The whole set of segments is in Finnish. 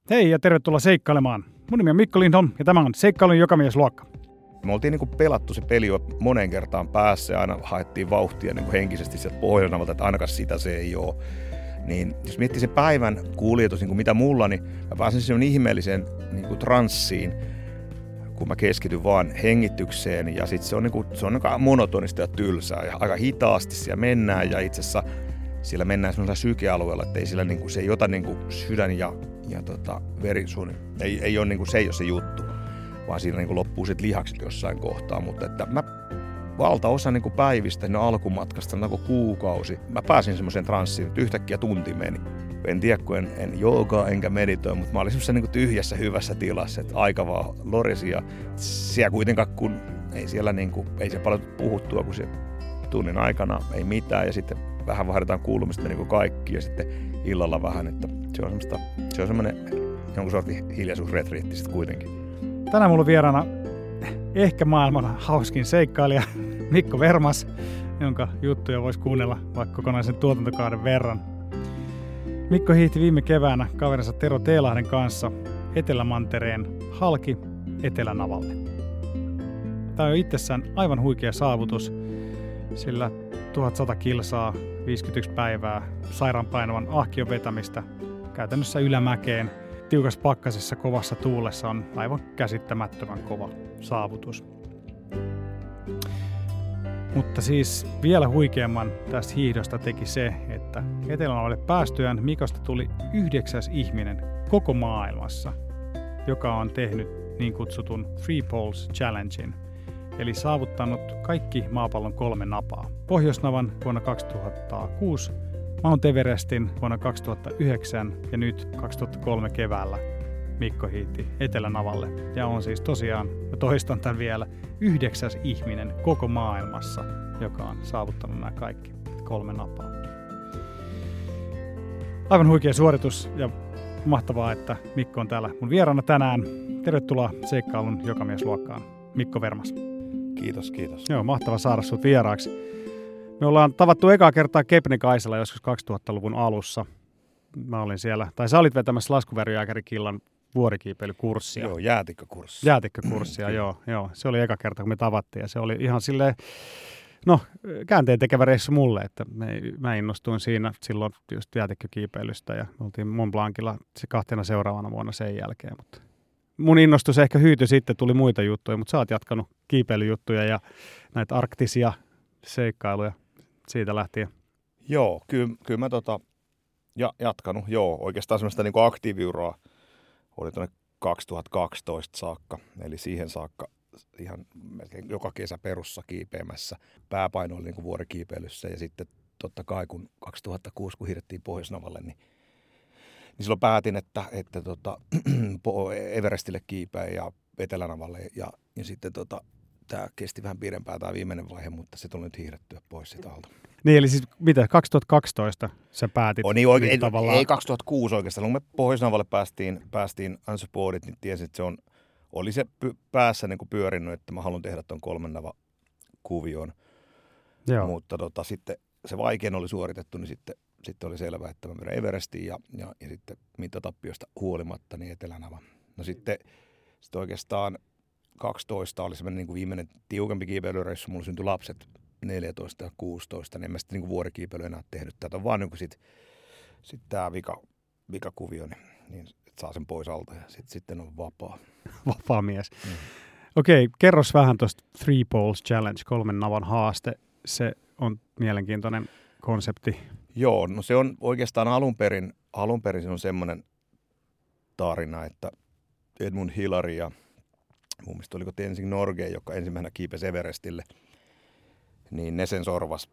Hei ja tervetuloa seikkailemaan. Mun nimi on Mikko Lindholm ja tämä on Seikkailun jokamiesluokka. Me oltiin niin kuin pelattu se peli jo moneen kertaan päässä ja aina haettiin vauhtia niin kuin henkisesti sieltä Pohjoisnavalta, että ainakaan sitä se ei ole. Niin jos miettii sen päivän kuljetus, niin kuin mitä mulla, niin mä pääsin siihen ihmeelliseen niin kuin transsiin, kun mä keskityn vaan hengitykseen ja sitten se on aika monotonista ja tylsää ja aika hitaasti siellä mennään ja itse asiassa siellä mennään sellaisella sykealueella, että ei siellä, niin kuin, se ei ota niin kuin sydän ja verisuoni, ei ole, niin kuin, se ei ole se juttu, vaan siinä niin kuin loppuu sit lihakset jossain kohtaa, mutta että mä valtaosa niin kuin päivistä, alkumatkasta, niin kuukausi, mä pääsin semmoiseen transsiin, että yhtäkkiä tunti meni. En tiedä, kun en joogaa enkä meditoi, mutta mä olin semmoisessa niin kuin tyhjässä hyvässä tilassa, että aika vaan lorisi ja siellä kuitenkaan, kun ei siellä niin kuin, ei se paljon puhuttua, kun se tunnin aikana ei mitään ja sitten vähän vaihdetaan kuulumista niin kuin kaikki ja sitten illalla vähän, että se on semmoinen jonkun sortin hiljaisuusretriitti sitten kuitenkin. Tänään mulla on vieraana ehkä maailman hauskin seikkailija Mikko Vermas, jonka juttuja voisi kuunnella vaikka kokonaisen tuotantokauden verran. Mikko hiihti viime keväänä kaverinsa Tero Teelahden kanssa Etelämantereen halki Etelänavalle. Tämä on itsessään aivan huikea saavutus, sillä 1100 kilsaa, 51 päivää, sairaanpainavan ahkion vetämistä käytännössä ylämäkeen, tiukassa pakkasessa kovassa tuulessa on aivan käsittämättömän kova saavutus. Mutta siis vielä huikeamman tästä hiihdosta teki se, että Etelänavalle päästyään Mikosta tuli 9. ihminen koko maailmassa, joka on tehnyt niin kutsutun Three Poles Challengein, eli saavuttanut kaikki maapallon 3 napaa. Pohjoisnavan vuonna 2006, Mount Everestin vuonna 2009 ja nyt 2003 keväällä Mikko hiihti Etelänavalle. Ja on siis tosiaan, ja toistan tämän vielä, 9. ihminen koko maailmassa, joka on saavuttanut nämä kaikki 3 napaa. Aivan huikea suoritus ja mahtavaa, että Mikko on täällä mun vieraana tänään. Tervetuloa Seikkailun jokamiesluokkaan, Mikko Vermas. Kiitos. Joo, mahtava saada sut vieraaksi. Me ollaan tavattu ekaa kertaa Kebnekaisella joskus 2000-luvun alussa. Mä olin siellä, tai sä olit vetämässä laskuvarjojääkärikillan vuorikiipeilykurssia. Joo, jäätikkökurssia, joo. Se oli eka kerta, kun me tavattiin ja se oli ihan silleen, käänteen tekevä reissu mulle, että mä innostuin siinä silloin just jäätikkökiipeilystä ja me oltiin Mont Blancilla se 2 seuraavana vuonna sen jälkeen, mutta mun innostus ehkä hyytyi sitten, tuli muita juttuja, mutta sä oot jatkanut kiipeilyjuttuja ja näitä arktisia seikkailuja siitä lähtien. Joo, kyllä mä jatkanut, oikeastaan semmoista niin kuin aktiiviuraa oli tuonne 2012 saakka, eli siihen saakka ihan melkein joka kesä perussa kiipeämässä. Pääpaino oli niin kuin vuorikiipeilyssä ja sitten totta kai kun 2006 kun hiihdettiin Pohjoisnavalle, niin silloin päätin, että Everestille kiipeä ja Etelänavalle ja sitten tämä kesti vähän pidempään tämä viimeinen vaihe, mutta se tuli nyt hiihdettyä pois siitä alta. Niin eli siis mitä, 2012 sä päätit? Ei 2006 oikeastaan. Kun me Pohjoisnavalle päästiin unsupported, niin tiesin, että oli se päässä niin kuin pyörinyt, että mä haluan tehdä tuon 3 kuvion. Mutta sitten se vaikein oli suoritettu, niin sitten oli selvää, että mä vedän Everestiin ja sitten mittatappiosta huolimatta niin Etelänava. No sitten oikeastaan 12 oli semmoinen niin kuin viimeinen tiukempi kiipeilyreissu. Mulla syntyi lapset 14 ja 16, niin en mä sitten niin vuorikiipeily enää tehnyt. Tätä on vaan niin sitten tämä vikakuvio, niin saa sen pois alta ja sitten on vapaa. Vapaa mies. Okei, kerros vähän tuosta Three Poles Challenge, 3 navan haaste. Se on mielenkiintoinen konsepti. Joo, no se on oikeastaan alun perin se on semmoinen tarina, että Edmund Hillary ja mun mielestä oliko Tenzing Norgay, joka ensimmäisenä kiipesi Everestille, niin ne sen sorvas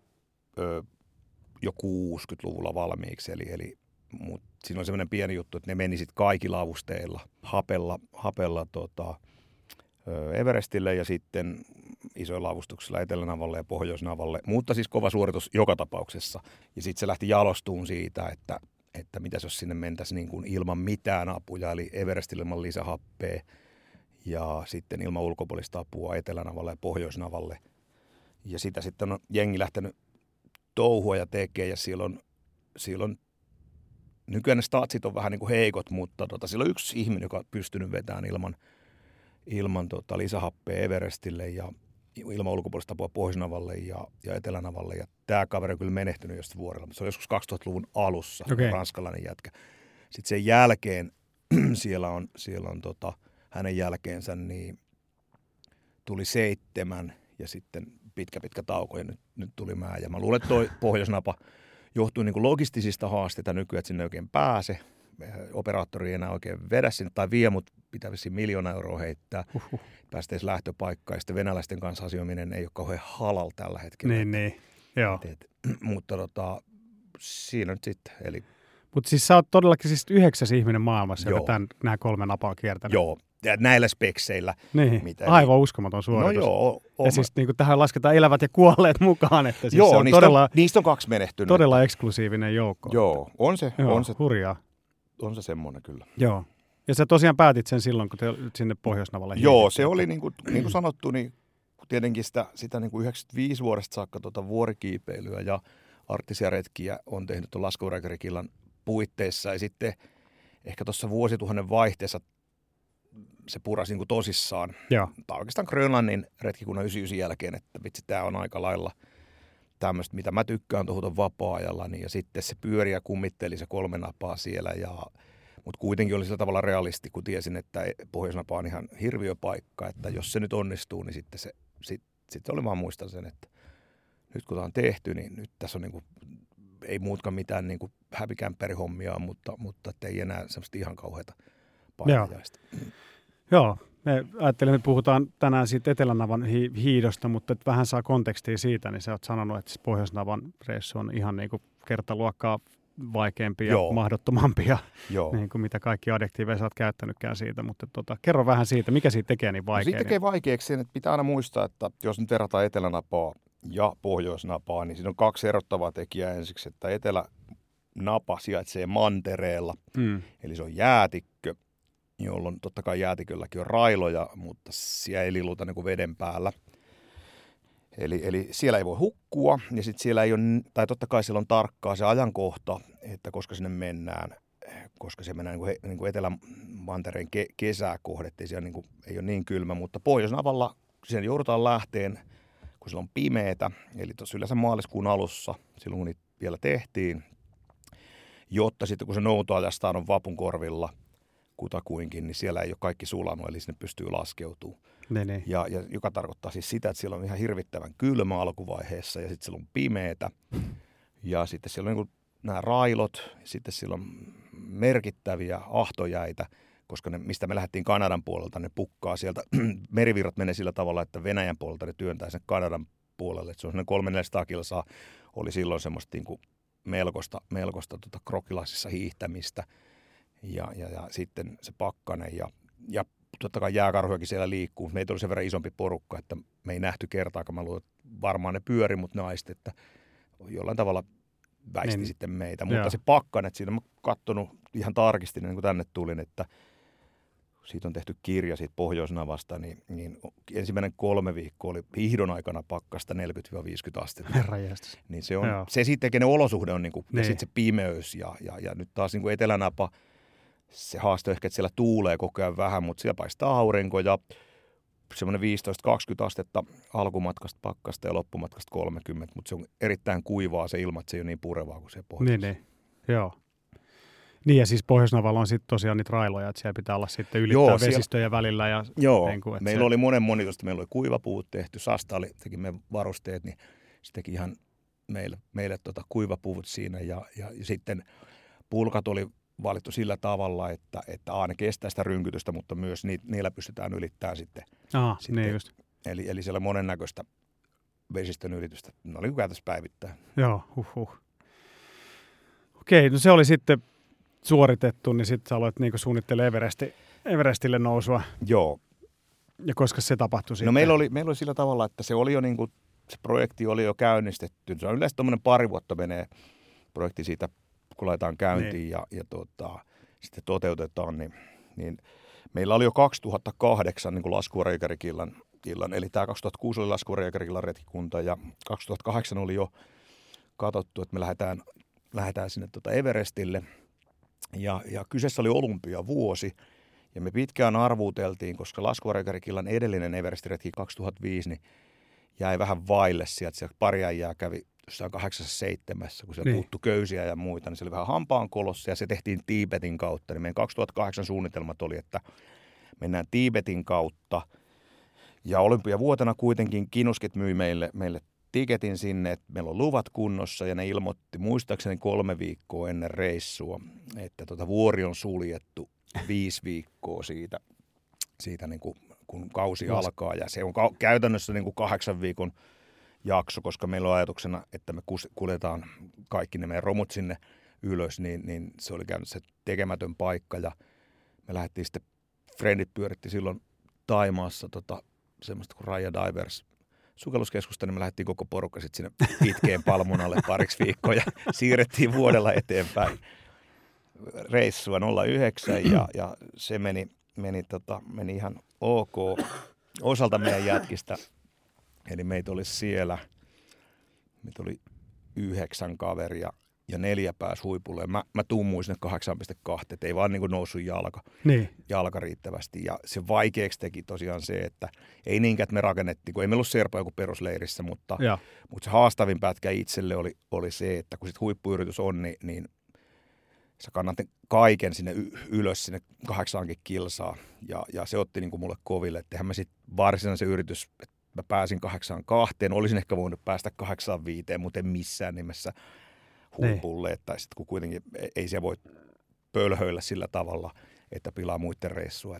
jo 60-luvulla valmiiksi. Mutta siinä on semmoinen pieni juttu, että ne meni sitten kaikilla avusteilla, hapella Everestille ja sitten isoilla avustuksilla Etelänavalle ja Pohjoisnavalle. Mutta siis kova suoritus joka tapauksessa. Ja sitten se lähti jalostuun siitä, että mitäs jos sinne mentäisiin niin kuin ilman mitään apuja, eli Everestille ilman lisähappea. Ja sitten ilman ulkopuolista apua Etelänavalle ja Pohjoisnavalle. Ja sitä sitten on jengi lähtenyt touhua ja tekee ja silloin nykyään ne statsit on vähän niin kuin heikot, mutta sillä on yksi ihminen, joka on pystynyt vetämään ilman lisähappea Everestille ja ilman ulkopuolista apua Pohjoisnavalle ja Etelänavalle. Ja tämä kaveri on kyllä menehtynyt jostain vuorella, mutta se on joskus 2000-luvun alussa, ranskalainen jätkä. Sitten sen jälkeen siellä on hänen jälkeensä niin tuli 7 ja sitten pitkä tauko ja nyt tuli mä. Ja mä luulen, että toi Pohjoisnapa johtuu niin kuin logistisista haasteita nykyään, että sinne oikein pääse. Operaattori ei enää oikein vedä sinne tai vie, mutta pitää vissiin 1 000 000 € heittää. Päästä edes lähtöpaikkaan. Ja sitten venäläisten kanssa asioiminen ei ole kauhean halal tällä hetkellä. Niin. Joo. Mutta siinä nyt sitten. Mutta siis sä oot todellakin siis 9. ihminen maailmassa, joka nämä 3 napaa kiertänyt. Joo. Ja näillä spekseillä. Niin, aivan uskomaton suoritus. No joo. Ja siis niin tähän lasketaan elävät ja kuolleet mukaan, että siis joo, se on niistä on 2 menehtynyt. Todella eksklusiivinen joukko. Joo, on se. Hurjaa. On se semmoinen kyllä. Joo. Ja sä tosiaan päätit sen silloin, kun te sinne Pohjoisnavalle Joo, se oli niin kuin sanottu, niin tietenkin sitä niin kuin 95 vuodesta saakka vuorikiipeilyä ja arktisia retkiä on tehnyt tuon Laskuvarjokäärikillan puitteissa. Ja sitten ehkä tuossa vuosituhannen vaihteessa se purasi niin kuin tosissaan. Joo. Tai oikeastaan Grönlannin retkikunnan 99 jälkeen, että vitsi, tämä on aika lailla tämmöistä, mitä mä tykkään tuohon vapaa-ajalla. Niin, ja sitten se pyöri ja kummitteli se 3 napaa siellä. Mutta kuitenkin oli sillä tavalla realisti, kun tiesin, että Pohjoisnapa on ihan hirviöpaikka. Että jos se nyt onnistuu, niin sitten oli vaan muistan sen, että nyt kun tämä on tehty, niin nyt tässä on niinku, ei muutkaan mitään niinku häpikämppärihommia, mutta ei enää semmoista ihan kauheata painajaista. Joo, me ajattelemme, että puhutaan tänään siitä Etelänavan hiidosta, mutta että vähän saa kontekstia siitä, niin sä oot sanonut, että Pohjoisnavan reissu on ihan niin kuin kertaluokkaa vaikeampi ja mahdottomampia, niin kuin mitä kaikki adjektiiveja sä oot käyttänytkään siitä, mutta kerro vähän siitä, mikä siitä tekee niin vaikeaa. Siitä tekee vaikeaksi sen, että pitää aina muistaa, että jos nyt verrataan Etelänapaa ja Pohjoisnapaa, niin siinä on 2 erottavaa tekijää ensiksi, että Etelänapa sijaitsee mantereella, eli se on jäätikkö, jolloin totta kai jäätikölläkin on railoja, mutta siellä ei liluta niin kuin veden päällä. Eli siellä ei voi hukkua, ja sitten siellä ei ole, tai totta kai siellä on tarkkaa se ajankohta, että koska sinne mennään, koska se mennään niin kuin Etelämantereen kesää kohde, siellä niin kuin, ei ole niin kylmä, mutta Pohjoisnavalla siihen joudutaan lähteen, kun siellä on pimeätä, eli tuossa yleensä maaliskuun alussa, silloin kun niitä vielä tehtiin, jotta sitten kun se noutoajastaan on vapun korvilla kutakuinkin, niin siellä ei ole kaikki sulanut, eli sinne pystyy laskeutumaan. Ja joka tarkoittaa siis sitä, että siellä on ihan hirvittävän kylmä alkuvaiheessa ja sitten siellä on pimeätä ja sitten siellä on niin nämä railot, sitten siellä on merkittäviä ahtojäitä, koska ne, mistä me lähdettiin Kanadan puolelta, ne pukkaa sieltä, merivirrat menee sillä tavalla, että Venäjän puolelta ne työntää sen Kanadan puolelle, että se on semmoinen 300-400 kilsaa, oli silloin semmoista niin kuin melkoista krokilaisissa hiihtämistä ja sitten se pakkanen ja totta kai jääkarhujakin siellä liikkuu. Meitä oli sen verran isompi porukka, että me ei nähty kertaakaan. Mä luulen, että varmaan ne pyöri, mutta ne aisti, että jollain tavalla väisti sitten meitä. Mutta se pakkanen, että siinä mä katsonut ihan tarkisti, niin kun tänne tulin, että siitä on tehty kirja siitä Pohjoisnavasta, niin ensimmäinen 3 viikkoa oli hiihdon aikana pakkasta 40-50 astetta. Herranjestas. Niin se sitten, ne olosuhde on, ja sitten se pimeys ja nyt taas niin kuin Etelänapa, se haaste on ehkä, että siellä tuulee koko ajan vähän, mutta siellä paistaa aurinko ja semmoinen 15-20 astetta alkumatkasta pakkasta ja loppumatkasta 30, mutta se on erittäin kuivaa se ilma, että se ei ole niin purevaa kuin se pohjoisessa. Niin, joo. Niin ja siis Pohjoisnavalla on sitten tosiaan niitä railoja, että siellä pitää olla sitten ylittää vesistöjä välillä. Ja niin kuin, meillä oli monitosta, meillä oli kuivapuut tehty, Sasta teki meidän varusteet, niin se teki ihan meille kuivapuut siinä ja sitten pulkat oli valittu sillä tavalla, että ne kestää sitä rynkytystä, mutta myös niillä pystytään ylittämään sitten. Niin just. Eli siellä on monennäköistä vesistön ylitystä. Ne oli käytössä päivittäin. Joo, Okei, no se oli sitten suoritettu, niin sitten sä aloit niinku suunnittelemaan Everestille nousua. Joo. Ja koska se tapahtui sitten? No meillä oli sillä tavalla, että se oli jo niinku, se projekti oli jo käynnistetty. Se on yleensä tuommoinen 2 vuotta menee projekti siitä, kun laitetaan käyntiin ja sitten toteutetaan, niin meillä oli jo 2008 niin kuin Laskuvarjokäärikillan, eli tämä 2006 oli Laskuvarjokäärikillan retkikunta ja 2008 oli jo katsottu, että me lähdetään sinne Everestille Ja kyseessä oli olympiavuosi. Ja me pitkään arvuuteltiin, koska Laskuvarjokäärikillan edellinen Everest-retki 2005 niin jäi vähän vaille sieltä. Siellä pari äijää kävi jossain 8-7, kun siellä puuttui köysiä ja muita. Niin se oli vähän hampaankolossa ja se tehtiin Tiibetin kautta. Niin meidän 2008 suunnitelmat oli, että mennään Tiibetin kautta. Ja olympiavuotena kuitenkin Kinuskit myi meille tiketin sinne, että meillä on luvat kunnossa ja ne ilmoitti muistaakseni 3 viikkoa ennen reissua, että vuori on suljettu 5 viikkoa siitä niin kuin, kun kausi alkaa ja se on käytännössä niin kuin 8 viikon jakso, koska meillä on ajatuksena, että me kuljetaan kaikki ne meidän romut sinne ylös, niin se oli käynyt se tekemätön paikka ja me lähdettiin sitten, friendit pyöritti silloin Taimaassa semmoista kuin Raya Divers sukelluskeskusta, niin me lähdettiin koko porukka sitten sinne pitkeen Palmunalle pariksi viikkoa ja siirrettiin vuodella eteenpäin reissua 09 ja se meni ihan ok osalta meidän jätkistä. Eli meitä oli siellä, meitä oli 9 kaveria ja 4 pääsi huipulle. Mä tummuin sinne 8,2, että ei vaan niin kuin noussut jalka riittävästi. Ja se vaikeaksi teki tosiaan se, että ei niinkään, että me rakennettiin, kun ei meillä ollut serpa joku perusleirissä, mutta se haastavin pätkä itselle oli se, että kun sit huippuyritys on, niin sä kannat kaiken sinne ylös sinne 8 kilsaa. Ja se otti niin kuin mulle koville, että eihän mä sitten varsinaisen yritys, että mä pääsin 8,2, olisin ehkä voinut päästä 8,5, mutta en missään nimessä huipulle, että sitten kun kuitenkin ei se voi pölhöillä sillä tavalla, että pilaa muiden reissua.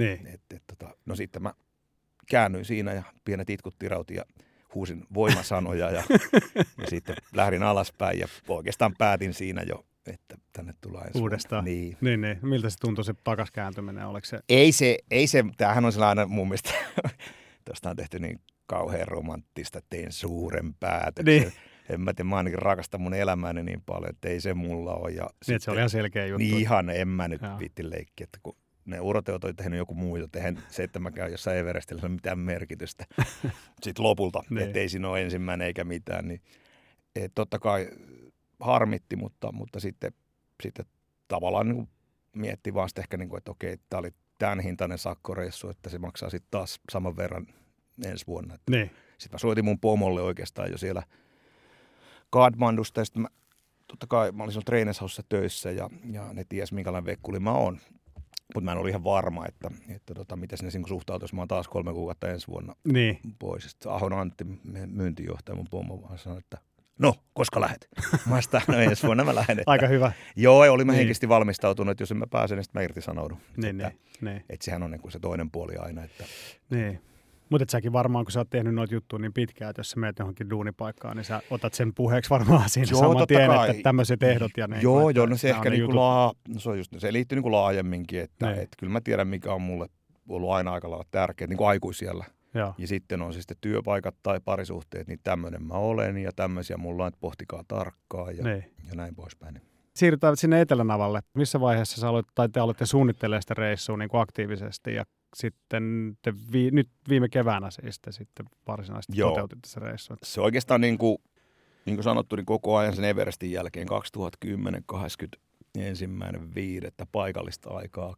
No sitten mä käännyin siinä ja pienet itkut tirautin ja huusin voimasanoja ja sitten lähdin alaspäin ja oikeastaan päätin siinä jo, että tänne tullaan uudestaan. Niin. Miltä se tuntui se takas kääntyminen? Oliko se? Ei se, tämähän on sellainen mun mielestä, tuosta on tehty niin kauhean romanttista, tein suuren päätöksen. Niin. En mä tiedä, mä ainakin rakastan mun elämääni niin paljon, että ei se mulla ole. Ja niin, se oli ihan selkeä juttu. Niin ihan, en mä nyt viitti leikkiä, että kun ne uroteot oli tehnyt joku muu, eihän se, että mä käyn jossain Everestillä, ei ole mitään merkitystä. Sitten lopulta, että ei siinä ole ensimmäinen eikä mitään, niin totta kai harmitti, mutta sitten tavallaan niin mietti vaan sitten ehkä, niin kuin, että okei, tämä oli tämän hintainen sakkoreissu, että se maksaa sitten taas saman verran ensi vuonna. Niin. Sitten mä soitin mun pomolle oikeastaan jo siellä Kathmandusta ja sitten totta kai mä olin siinä trainershousessa töissä ja ne ties minkälainen vekkuli mä oon. Mutta mä en ollut ihan varma, että miten ne suhtautuisi. Mä oon taas 3 kuukautta ensi vuonna pois. Sitten Ahon Antti, myyntijohtaja, mun pomo, vaan sanoi, että no, koska lähet? Mä sanoin, ensi vuonna mä lähden. Aika hyvä. Joo, olin mä henkisesti valmistautunut, että jos en mä pääse, niin sitten mä irtisanoudun. Että sehän on niin kuin se toinen puoli aina. Että niin. Mutta säkin varmaan, kun sä oot tehnyt noita juttuja niin pitkään, että jos sä menet johonkin duunipaikkaan, niin sä otat sen puheeksi varmaan siinä saman tien, että tämmöiset ehdot ja ne. Joo, no se ehkä niinku se liittyy niinku laajemminkin, että kyllä mä tiedän, mikä on mulle ollut aina aika lailla tärkeää, niin kuin aikuisiellä. Ja sitten on se sitten työpaikat tai parisuhteet, niin tämmöinen mä olen ja tämmöisiä mulla on, että pohtikaa tarkkaan ja näin poispäin. Siirrytään sinne Etelänavalle. Missä vaiheessa sä te aloitte suunnittelemaan sitä reissua niin kuin aktiivisesti ja sitten nyt viime keväänä siis te sitten varsinaisesti toteutitte se reissu? Se oikeastaan niin kuin sanottu, niin koko ajan sen Everestin jälkeen 2010-21.5. paikallista aikaa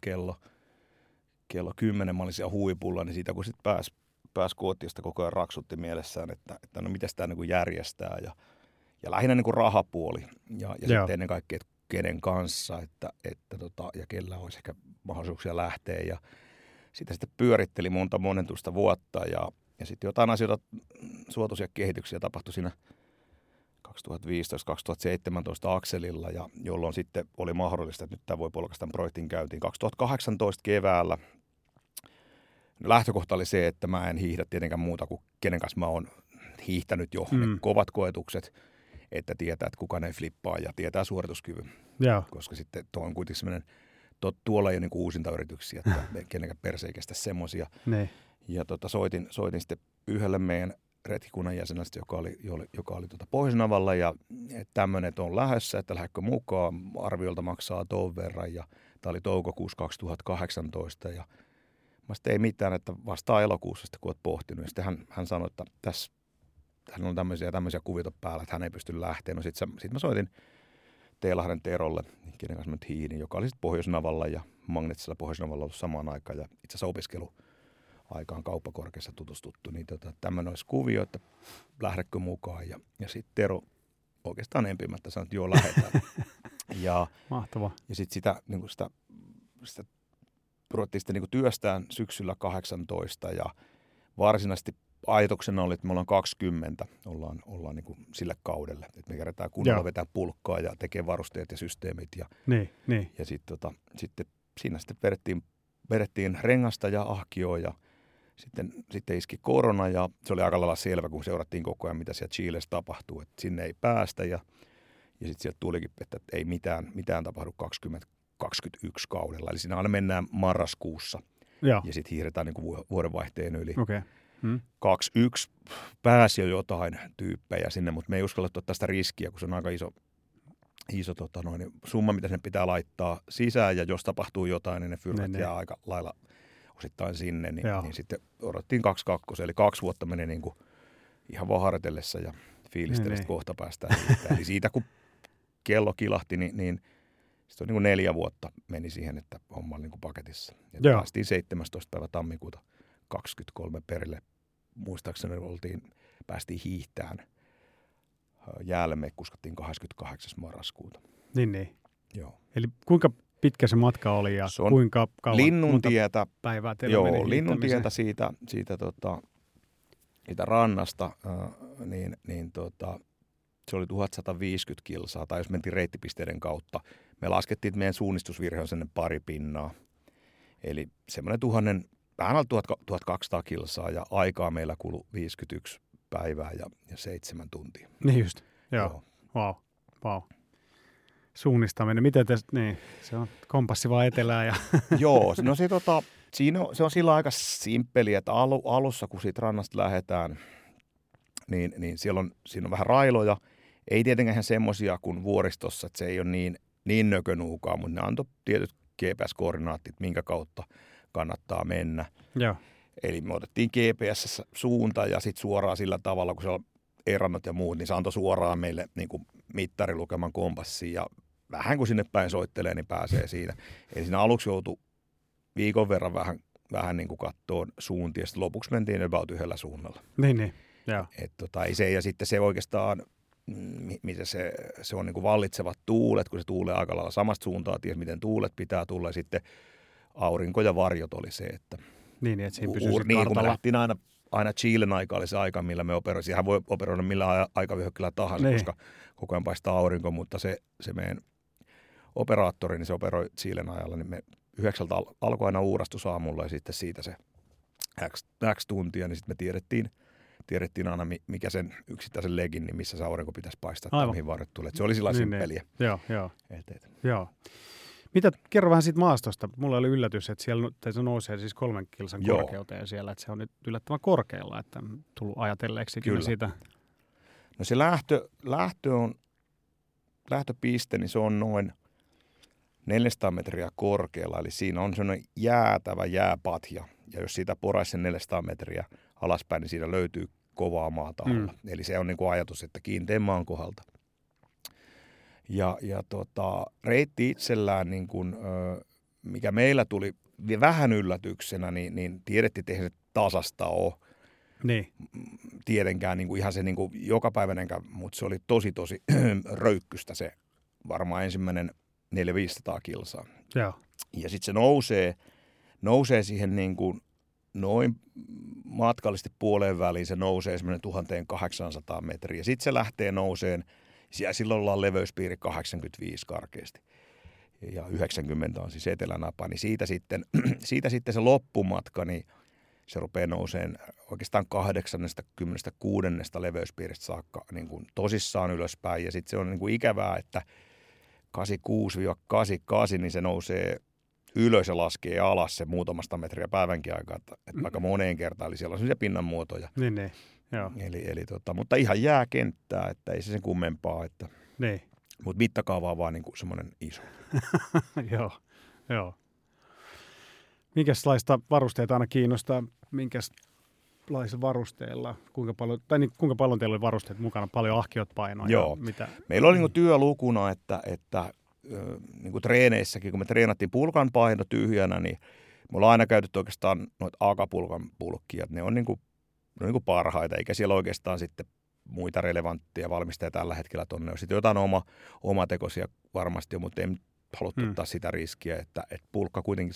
kello 10 mä olin siellä huipulla, niin siitä kun sitten pääsi kotiin, sitä koko ajan raksutti mielessään, että no miten tämä niin järjestää ja lähinnä niin kuin rahapuoli ja sitten ennen kaikkea, että kenen kanssa ja kellä olisi ehkä mahdollisuuksia lähteä ja sitä sitten pyöritteli monentuista vuotta ja sitten jotain asioita, suotuisia kehityksiä tapahtui siinä 2015-2017 akselilla, ja jolloin sitten oli mahdollista, että nyt tämä voi polkaista tämän projektin käyntiin. 2018 keväällä lähtökohta oli se, että mä en hiihdä tietenkään muuta kuin kenen kanssa mä oon hiihtänyt jo ne kovat koetukset, että tietää, että kukaan ei flippaa ja tietää suorituskyvyn. Koska sitten tuo on kuitenkin sellainen, tuolla ei ole niinku uusinta yrityksiä, että kenenkään perse ei kestä semmoisia. Ja soitin sitten yhdelle meidän retkikunnan jäsenestä, joka oli Pohjois-Navalla ja tämmöinen, että on lähdössä, että lähdekö mukaan, arviolta maksaa tuon verran ja tämä oli toukokuussa 2018 ja mä sitten ei mitään, että vasta elokuussa sitten kun olet pohtinut ja sitten hän sanoi, että tässä hän on tämmöisiä kuvioita päällä, että hän ei pysty lähtemään. No sitten mä soitin Teelahden Terolle, kenen kanssa mä nyt hiihdin, joka oli sitten Pohjoisnavalla ja Magneettisella Pohjoisnavalla ollut samaan aikaan ja itse asiassa opiskeluaikaan Kauppakorkeassa tutustuttu. Niin tämmöinen olisi kuvio, että lähdekö mukaan ja sitten Tero oikeastaan empimättä sanoi, että joo, lähdetään. Mahtavaa. Ja sitten sitä ruvettiin sitten niin työstään syksyllä 18 ja varsinaisesti ajatuksena oli, että me ollaan 20, ollaan niin kuin sille kaudelle, että me kerätään kunnolla vetää pulkkaa ja tekee varusteet ja systeemit. Ja sitten siinä sitten vedettiin rengasta ja ahkioa ja sitten iski korona ja se oli aika lailla selvä, kun seurattiin koko ajan, mitä siellä Chilessä tapahtuu, että sinne ei päästä ja sitten sieltä tulikin, että ei mitään tapahdu 2021 kaudella. Eli siinä aina mennään marraskuussa ja sitten hiihdetään niin kuin vuodenvaihteen yli. Okay. 21 pääsi jo jotain tyyppejä sinne, mutta me ei uskallettu ottaa sitä riskiä, kun se on aika iso summa, mitä sen pitää laittaa sisään, ja jos tapahtuu jotain, niin ne fyrkat jää aika lailla osittain sinne, niin sitten odottiin 22, eli 2 vuotta meni niin kuin ihan vaan harjoitellessa ja fiilistellessä kohta päästään siitä. Eli siitä kun kello kilahti, niin sitten on niin kuin 4 vuotta meni siihen, että homma oli niin kuin paketissa. Ja päästiin 17. päivä tammikuuta 23 perille. Muistaakseni päästiin hiihtään jäälle, me kuskattiin 28. marraskuuta. Niin. Joo. Eli kuinka pitkä se matka oli ja kuinka kauan? Linnuntietä, päivää teillä meni Linnuntietä siitä rannasta, se oli 1150 kilsaa, tai jos mentiin reittipisteiden kautta. Me laskettiin, että meidän suunnistusvirhe on sellainen 2 pinnaa. Eli semmoinen vähän alle 1200 kilsaa ja aikaa meillä kului 51 päivää ja 7 tuntia. Niin just, joo. Wow. Suunnistaminen, miten se on kompassi vaan etelään ja... Joo, no se on sillä aika simppeli, että alussa kun siitä rannasta lähdetään, niin siinä on vähän railoja. Ei tietenkään ihan semmoisia kuin vuoristossa, että se ei ole niin nökönuukaa, mutta ne antoi tietyt GPS-koordinaatit, minkä kautta kannattaa mennä. Joo. Eli me otettiin GPS suunta ja sitten suoraan sillä tavalla, kun se on erannut ja muut, niin se antoi suoraan meille niin kuin mittarilukeman kompassiin ja vähän kun sinne päin soittelee, niin pääsee siinä. Eli siinä aluksi joutui viikon verran vähän niin kuin kattoon suuntia, ja lopuksi mentiin about 1 suunnalla. Niin, joo. Ja sitten se oikeastaan, miten se on niin kuin vallitsevat tuulet, kun se tuulee aika lailla samasta suuntaa, ties miten tuulet pitää tulla, ja sitten aurinko ja varjot oli se, että... Niin, että siinä pysyisi kartalla. Niin, kun me lähtiin aina Chilen aika oli se aika, millä me operoimme. Siihen voi operoida millä aikavyöhykkeellä tahansa, koska koko ajan paistaa aurinko, mutta se meidän operaattori, niin se operoi Chilen ajalla, niin me 9 alkoi aina uurastus aamulla ja sitten siitä se X tuntia, niin sitten me tiedettiin aina, mikä sen yksittäisen legin, niin missä se aurinko pitäisi paistaa tai mihin varret tulee. Se oli sillä simppeliä. Joo. Kerro vähän siitä maastosta. Mulla oli yllätys, että se nousee siis 3 kilsan korkeuteen siellä, että se on nyt yllättävän korkealla, että on tullut ajatelleeksi siitä. No se lähtöpiste, niin se on noin 400 metriä korkealla, eli siinä on sellainen jäätävä jääpatja, ja jos siitä poraisi sen 400 metriä alaspäin, niin siinä löytyy kovaa maata alla. Eli se on niin kuin ajatus, että kiinteän maan kohdalta. Ja reitti itsellään, niin kuin, mikä meillä tuli vähän yllätyksenä, niin tiedettiin, että eihän se tasasta ole. Niin. Tietenkään niin kuin ihan se niin kuin jokapäiväinenkään, mutta se oli tosi röykkystä se varmaan ensimmäinen 400-500 kilsaa. Joo. Ja sitten se nousee siihen niin kuin noin matkallisesti puoleen väliin, se nousee semmoinen 1800 metriä. Sitten se lähtee nouseen. Ja silloin ollaan leveyspiiri 85 karkeasti ja 90 on siis etelänapa, niin siitä sitten se loppumatka, niin se rupeaa nouseen oikeastaan 86 leveyspiiristä saakka niin kuin tosissaan ylöspäin. Ja sitten se on niin kuin ikävää, että 86-88, niin se nousee ylös ja laskee alas se muutamasta metriä päivänkin aikaa, että aika moneen kertaan, eli siellä on sellaisia pinnanmuotoja. Niin. Joo. Mutta ihan jääkenttää, että ei se sen kummempaa. Niin. Mutta mittakaava on vaan niin kuin semmoinen iso. Joo. Minkälaista varusteita aina kiinnostaa? minkälaisilla varusteilla, kuinka paljon teillä oli varusteet mukana, paljon ahkiot painoa? Joo. Mitä? Meillä oli niin työlukuna, että niin treeneissäkin, kun me treenattiin pulkan paino tyhjänä, niin me ollaan aina käytetty oikeastaan noita akapulkan pulkkia. Ne on niin kuin parhaita, eikä siellä oikeastaan sitten muita relevantteja valmistajia tällä hetkellä tonne. On sitten jotain omatekoisia varmasti on, mutta ei haluttu ottaa sitä riskiä, että pulkka kuitenkin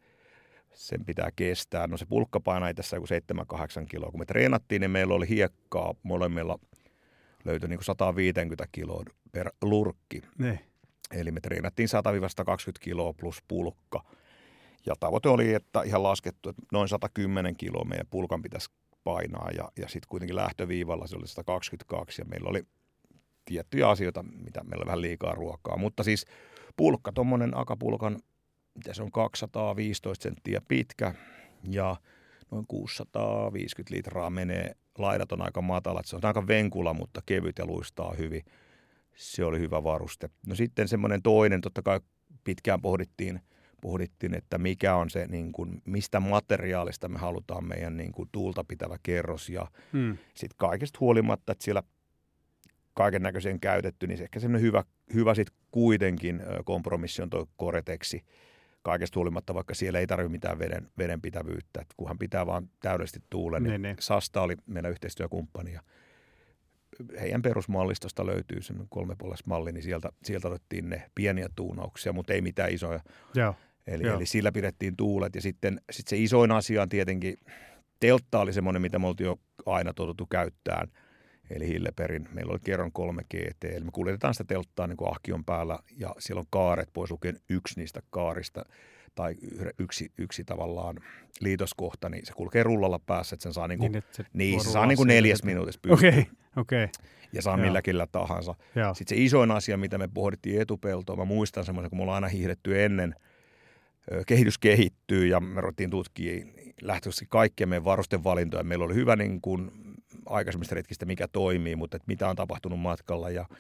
sen pitää kestää. No se pulkka painaa tässä joku 7-8 kiloa. Kun me treenattiin, niin meillä oli hiekkaa molemmilla löytyi niin kuin 150 kiloa per lurkki. Ne. Eli me treenattiin 100-120 kiloa plus pulkka. Ja tavoite oli, että ihan laskettu, että noin 110 kiloa meidän pulkan pitäisi painaa. Ja sitten kuitenkin lähtöviivalla se oli 122 ja meillä oli tiettyjä asioita, mitä meillä oli vähän liikaa ruokaa. Mutta siis pulkka, tuommoinen akapulkan, mitä se on 215 senttiä pitkä ja noin 650 litraa menee. Laidat on aika matalat, se on aika venkula, mutta kevyt ja luistaa hyvin. Se oli hyvä varuste. No sitten semmoinen toinen, totta kai pitkään pohdittiin, että mikä on se, niin kuin, mistä materiaalista me halutaan meidän niin kuin, tuulta pitävä kerros. Ja sitten kaikesta huolimatta, että siellä kaiken näköiseen käytetty, niin se ehkä semmoinen hyvä sitten kuitenkin kompromissi on tuo Gore-Texi. Kaikesta huolimatta, vaikka siellä ei tarvitse mitään vedenpitävyyttä, että kunhan pitää vaan täydellisesti tuulen. Niin Sasta oli meillä yhteistyökumppani ja heidän perusmallistosta löytyy semmoinen 3-puolis malli, niin sieltä otettiin ne pieniä tuunauksia, mutta ei mitään isoja. Joo. Eli sillä pidettiin tuulet ja sitten se isoin asia on tietenkin, teltta oli semmoinen, mitä me oltiin jo aina totuttu käyttämään. Eli Hilleperin, meillä oli kerran 3 GT, eli me kuljetetaan sitä telttaa niin kuin ahkion päällä ja siellä on kaaret, pois lukien yksi niistä kaarista tai yksi tavallaan liitoskohta, niin se kulkee rullalla päässä, että sen saa niin kuin, se saa niin kuin 4 minuutissa pystyä. Okay. Ja saa milläkillä tahansa. Joo. Sitten se isoin asia, mitä me pohdittiin etupeltoa, mä muistan semmoisen, kun me ollaan aina hiihdetty ennen, kehitys kehittyy ja me ruvettiin tutkimaan lähtöisesti kaikkia meidän varustevalintoja. Meillä oli hyvä niin kuin aikaisemmista retkistä, mikä toimii, mutta että mitä on tapahtunut matkalla. Ja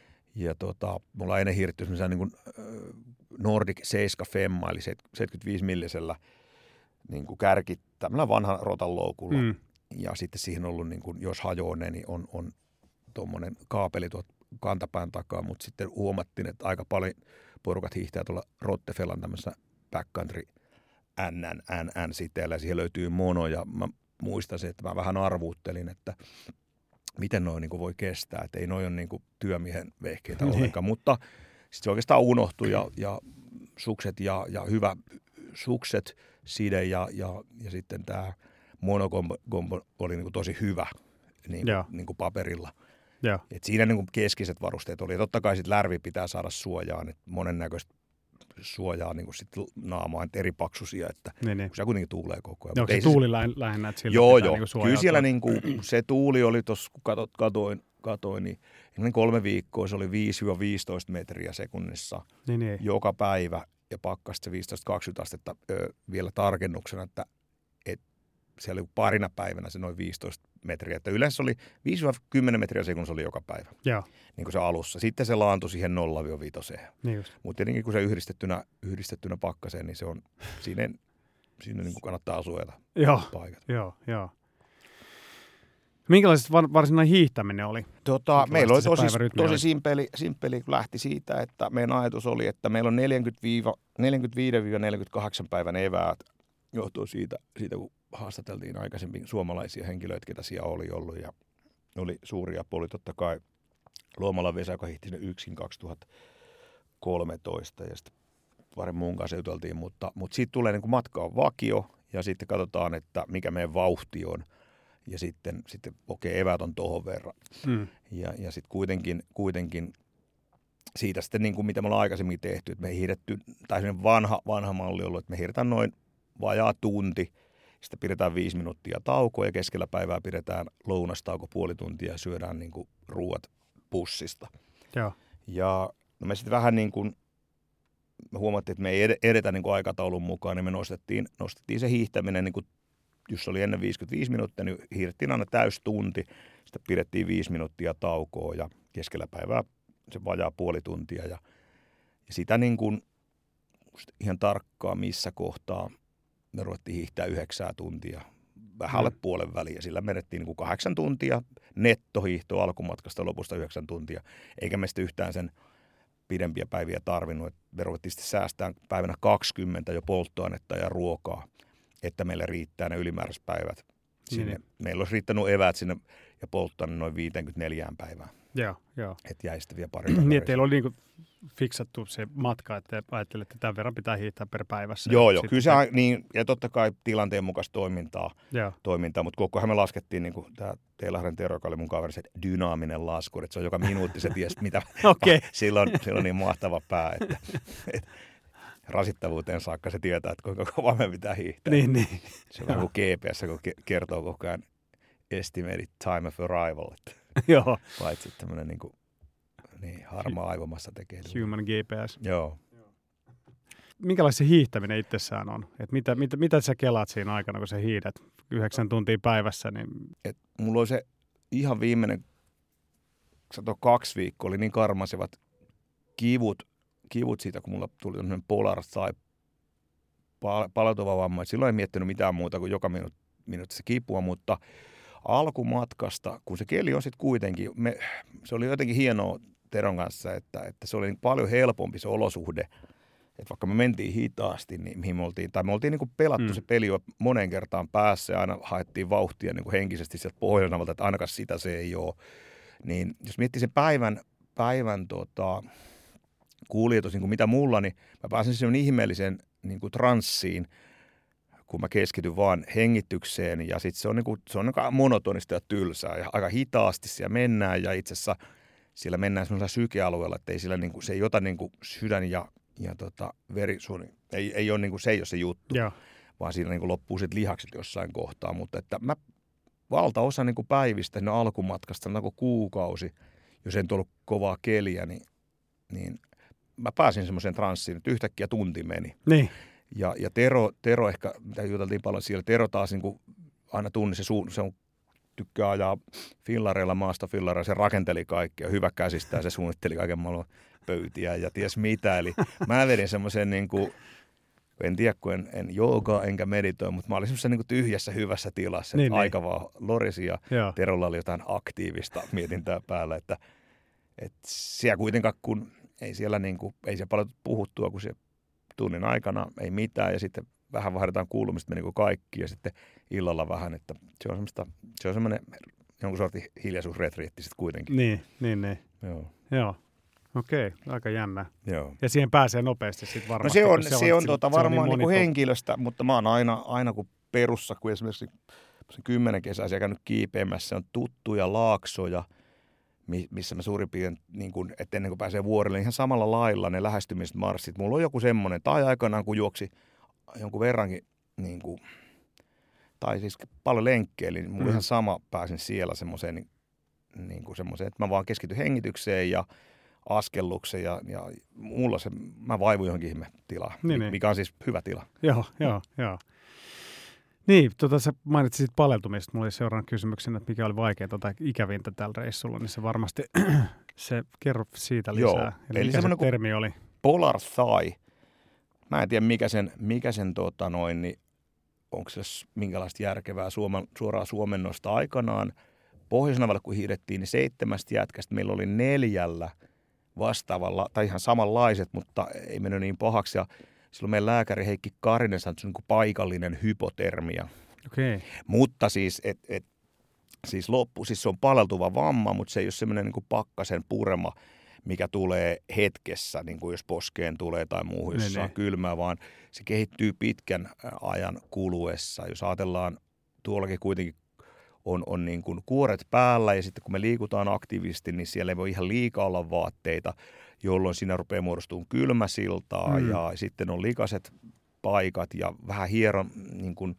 me ollaan ennen hiihdetty semmoisen niin kuin Nordic 7 Femma, eli 75 millisellä niin kuin kärki tämmöinen vanhan rotan loukulla. Ja sitten siihen on ollut, niin kuin, jos hajoaa, niin on tuommoinen kaapeli tuolta kantapään takaa, mutta sitten huomattiin, että aika paljon porukat hiihtää tuolla Rottefellan tämmöisessä backcountry NN-siteellä, ja siihen löytyy mono, ja mä muistan se, että mä vähän arvuuttelin, että miten noin niin voi kestää, että ei noin ole niin työmiehen vehkeitä ollenkaan, mutta sitten se oikeastaan unohtui, ja sukset ja hyvä sukset, side ja sitten tämä monokombo oli niin kuin tosi hyvä niin kuin paperilla. Et siinä niin kuin keskeiset varusteet oli. Ja totta kai sit lärvi pitää saada suojaan, että monennäköistä suojaa niin kuin sit naamaan, eri paksuisia, että kun se kuitenkin tuulee koko ajan. Onko se tuuli lähinnä, että sillä joo, pitää niin kuin suojaa? Kyllä siellä niin kuin, se tuuli oli tuossa, kun katoin, niin 3 viikkoa se oli 5-15 metriä sekunnissa joka päivä. Ja pakkasta se 15-20 astetta vielä tarkennuksena, että siellä oli parina päivänä se noin 15 metriä. Että yleensä oli 5-10 metriä sekunnissa oli joka päivä, niin kuin se alussa. Sitten se laantui siihen 0-5. Niin mutta tietenkin kun se yhdistettynä pakkaseen, niin se on, siinä niin kuin kannattaa suojata paikat. Joo. Minkälaiset varsinainen hiihtäminen oli? Meillä oli tosi simppeli, kun lähti siitä, että meidän ajatus oli, että meillä on 45-48 päivän eväät, johtuen siitä, kun haastateltiin aikaisemmin suomalaisia henkilöitä, ketä siellä oli ollut, ja oli suuria poli. Totta kai Luomalan Vesa, joka hiihti sinne yksin 2013, ja sitten pari muun kanssa juteltiin, mutta siitä tulee niin kuin matka on vakio, ja sitten katsotaan, että mikä meidän vauhti on. Ja sitten eväät on tohon verran. Ja sitten kuitenkin siitä sitten, niin kuin mitä me ollaan aikaisemmin tehty, että me hiihdetty, tai sellainen vanha malli ollut, että me hiihdetään noin vajaa tunti, sitten pidetään 5 minuuttia taukoa ja keskellä päivää pidetään lounastauko puoli tuntia ja syödään niin kuin ruuat pussista. Joo. Ja no me sitten vähän niin kuin, me huomattiin, että me ei edetä niin kuin aikataulun mukaan, niin me nostettiin se hiihtäminen niin kuin jos oli ennen 55 minuuttia, niin hiihdettiin aina täystunti. Sitten pidettiin 5 minuuttia taukoa ja keskellä päivää se vajaa puoli tuntia. Ja sitä niin kuin ihan tarkkaan missä kohtaa me ruvettiin hiihtää 9 tuntia. vähän alle puolen väliin. Ja sillä menettiin niin kuin 8 tuntia nettohiihtoa alkumatkasta, lopusta 9 tuntia. Eikä me sitten yhtään sen pidempiä päiviä tarvinnut. Me ruvettiin sitten säästään päivänä 20 jo polttoainetta ja ruokaa, että meille riittää ne ylimääräiset päivät. Sinne. Meillä olisi riittänyt eväät sinne ja polttoaine noin 54 päivään. Joo. Että jäi sitten vielä pari. Niin, että teillä oli niinku fiksattu se matka, että ajattelette, että tämän verran pitää hiihtää per päivässä. Joo, kyllä se niin, ja totta kai tilanteen mukaista toimintaa, mutta koko ajan me laskettiin, niin kuin tämä Teilahden Tero, joka oli mun kaveri, se dynaaminen laskuri, että se on joka minuutti se ties, mitä silloin niin mahtava pää, että rasittavuuteen saakka se tietää, että kuinka kovaa me pitää hiihtää. Niin. Se on kuin GPS, kun kertoo koko ajan estimated time of arrival, että joo. Paitsi tämmöinen niin harmaa aivomassa tekee. Human GPS. Joo. Minkälaista se hiihtäminen itsessään on? Et mitä sä kelaat siinä aikana, kun sä hiihdät 9 tuntia päivässä? Niin... Mulla oli se ihan viimeinen 2 viikkoa, oli niin karmaisevat kivut siitä, kun mulla tuli tämmöinen polar tai palautuva vamma. Silloin en miettinyt mitään muuta kuin joka minuutti se kipua, mutta alkumatkasta, kun se keli on sitten kuitenkin, se oli jotenkin hienoa Teron kanssa, että se oli paljon helpompi se olosuhde, että vaikka me mentiin hitaasti, niin mihin me oltiin niin kuin pelattu se peli jo moneen kertaan päässä ja aina haettiin vauhtia niin kuin henkisesti sieltä Pohjoisnavalta, että ainakaan sitä se ei ole. Niin jos miettii sen päivän kuljetus, niin kuin mitä mulla, niin mä pääsin semmoinen ihmeellisen niin kuin transsiin, kun mä keskityn vaan hengitykseen ja sitten se on aika monotonista ja tylsää ja aika hitaasti siellä mennään ja itse asiassa siellä mennään semmoisella sykealueella, että ei siellä niinku, se ei ota niinku sydän ja verisuoni, ei ole niinku, se ei ole se juttu, vaan siinä niinku loppuu sit lihakset jossain kohtaa, mutta että mä valtaosa niinku päivistä siinä alkumatkasta, sanotaanko kuukausi, jos en tullut kovaa keliä, niin mä pääsin semmoiseen transsiin, että yhtäkkiä tunti meni. Niin. Ja Tero ehkä, mitä juteltiin paljon siellä, Tero taas niin kuin aina tunni, se on, tykkää ajaa fillareilla, maastofillareilla, se rakenteli kaikkea, hyvä käsistä ja se suunnitteli kaiken maailman pöytiä ja ties mitä. Eli mä vedin semmoisen, niin kuin, en tiedä kun en joogaa enkä meditoi, mutta mä olin semmoisessa niin kuin tyhjässä hyvässä tilassa, että aika vaan lorisi ja Terolla oli jotain aktiivista mietintää päällä, että siellä kuitenkaan kun ei siellä paljon puhuttua, kun se tunnin aikana ei mitään ja sitten vähän vaihdetaan kuulumista meni kuin kaikki ja sitten illalla vähän, että se on semmoinen jonkun sortin hiljaisuusretriitti sitten kuitenkin. Niin. Joo. Okei, aika jännä. Joo. Ja siihen pääsee nopeasti sitten varmasti. No se on varmaan niin kuin henkilöstä, mutta mä oon aina kun perussa, kun esimerkiksi 10 kesää siellä käynyt kiipeämässä, se on tuttuja laaksoja, missä mä suurin piirtein, niin kun, että ennen kuin pääsee vuorille, ihan samalla lailla ne lähestymiset marssit. Mulla on joku semmoinen, tai aikanaan kun juoksi jonkun verrankin, niin kuin, tai siis paljon lenkkeillä, niin mulla ihan sama pääsin siellä semmoiseen, että mä vaan keskityn hengitykseen ja askellukseen ja mulla mä vaivun johonkin ihme tilaan, mikä on siis hyvä tila. Joo. Niin, sä mainitsit paleltumista. Mulla oli seuraavan kysymyksen, että mikä oli vaikeinta tai ikävintä tällä reissulla, niin se varmasti, kerro siitä lisää. Joo, eli mikä se termi oli? Polar thigh. Mä en tiedä mikä sen niin onko se minkälaista järkevää suoraa suomennosta aikanaan. Pohjoisnavalle kun hiidettiin, niin 7 jätkästä meillä oli 4 vastaavalla, tai ihan samanlaiset, mutta ei mennyt niin pahaksi. Ja silloin meidän lääkäri Heikki Karinen sanoi, että se on niin paikallinen hypotermia. Okay. Mutta siis, siis se on paleltuva vamma, mutta se ei ole semmoinen niin pakkasen purema, mikä tulee hetkessä, niin kuin jos poskeen tulee tai muuhun, jos saa kylmää, vaan se kehittyy pitkän ajan kuluessa. Jos ajatellaan, tuollakin kuitenkin on niin kuin kuoret päällä ja sitten kun me liikutaan aktiivisesti, niin siellä ei voi ihan liikaa olla vaatteita, jolloin siinä rupeaa muodostumaan kylmäsiltaa ja sitten on likaiset paikat ja vähän niin kuin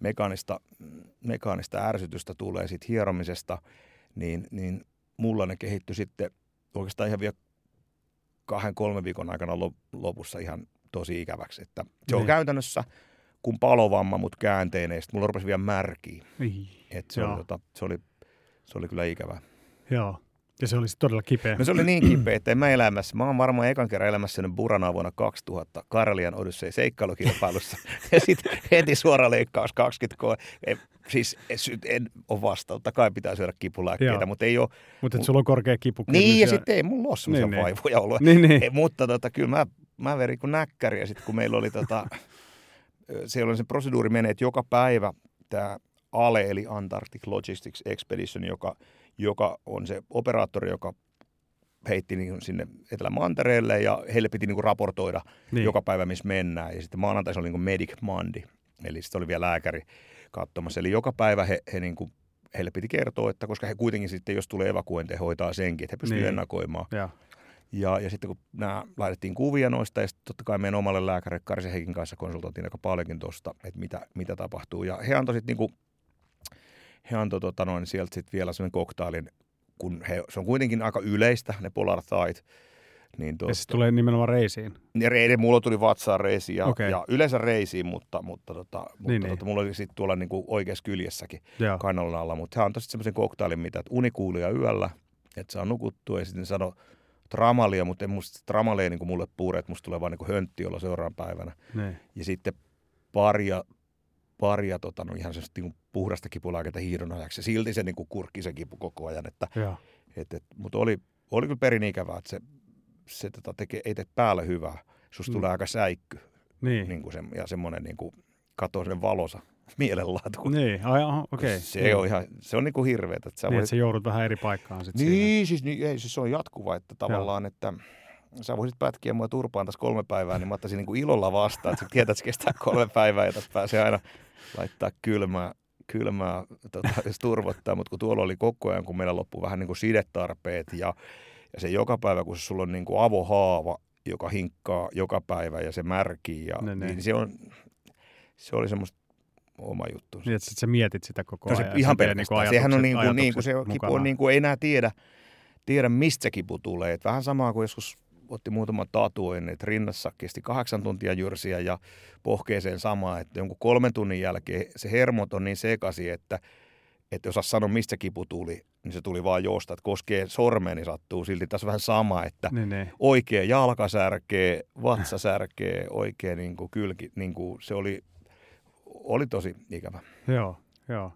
mekaanista ärsytystä tulee siitä hieromisesta, niin mulla ne kehittyi sitten oikeastaan ihan vielä 2-3 viikon aikana lopussa ihan tosi ikäväksi. Että se on käytännössä kun palovamma, mutta käänteinen, ja sitten mulla rupesi vielä märkiä. Että se oli kyllä ikävää. Joo. Ja se olisi todella kipeä. No se oli niin kipeä, että en mä elämässä. Mä oon varmaan ekan kerran elämässä Buranaa vuonna 2000 Karelian Odyssey seikkailukilpailussa. Ja sitten heti suora leikkaus 23. Siis en ole vasta. Totta kai pitää syödä kipulääkkeitä, mutta ei ole. Mutta sulla on korkea kipu. Niin, ja sitten ei mulla ole semmoisia vaivoja ollut. Niin. Mutta kyllä mä verin kuin näkkäri. Ja sitten kun meillä oli siellä oli se proseduuri menee, että joka päivä tämä ALE, eli Antarctic Logistics Expedition, joka on se operaattori, joka heitti niin sinne Etelä-Mantereelle, ja heille piti niin raportoida joka päivä, missä mennään. Ja sitten maanantaisi oli niin Medic Monday, eli sitten oli vielä lääkäri katsomassa. Eli joka päivä heille piti kertoa, että koska he kuitenkin sitten, jos tulee evakuointi, he hoitaa senkin, että he pystyvät ennakoimaan. Ja sitten kun nämä laitettiin kuvia noista, ja sitten totta kai meidän omalle lääkärille Karisen Heikin kanssa konsultoitiin aika paljonkin tuosta, että mitä tapahtuu. Ja he antoi sitten sieltä sitten vielä sellainen koktailin, kun se on kuitenkin aika yleistä, ne Polar Thait. Niin ja se tulee nimenomaan reisiin? Mulla tuli vatsaan reisiin ja yleensä reisiin, mutta mulla oli sitten tuolla niinku oikeassa kyljessäkin kannalon alla. Mutta he antoi sitten semmoisen koktailin, että unikuuluja yöllä, että saa nukuttua, ja sitten sano tramalia, mutta en musta tramalia niin kuin mulle puure, että musta tulee vaan niin hönttiolo seuraavan päivänä. Ja sitten paria ihan sellaista niin puhdasta kipulääkettä hiihdon ajaksi. Ja silti se niin kurkki se kipu koko ajan. Mutta oli kyllä perin ikävää, että se ei tee päälle hyvää. Susta tulee aika säikky. Niin kuin ja semmoinen niin katoo sen valosa mielenlaatu. Niin, okei. Se on niin kuin hirveetä. Että sä joudut vähän eri paikkaan sitten siis se on jatkuva, että tavallaan, että sä voisit pätkiä mua turpaan tässä 3 päivää, niin mä ottaisin niin kuin ilolla vastaan, että sä tiedät, että se kestää 3 päivää, ja tässä pääsee aina laittaa kylmää jos turvottaa, mutta kun tuolla oli koko ajan, kun meillä loppui vähän niin kuin sidetarpeet, ja se joka päivä, kun sulla on niin kuin avohaava, joka hinkkaa joka päivä, ja se märkii, niin se oli semmoista oma juttu. Niin, että sä mietit sitä koko ajan. Ihan pelkästään. Sehän on niin kuin se kipu on niin kuin ei enää tiedä mistä se kipu tulee. Et vähän samaa kuin joskus otti muutaman tatuoinnin, että rinnassa kesti 8 tuntia jyrsiä ja pohkeeseen samaa, että jonkun 3 tunnin jälkeen se hermot on niin sekaisin, että jos osaa sanoa mistä kipu tuli, niin se tuli vaan joosta. Että koskee sormeen, niin sattuu silti tässä vähän sama, että oikea jalka särkee, vatsa särkee, oikea niin kuin kylki, niin kuin se oli tosi ikävä. Joo.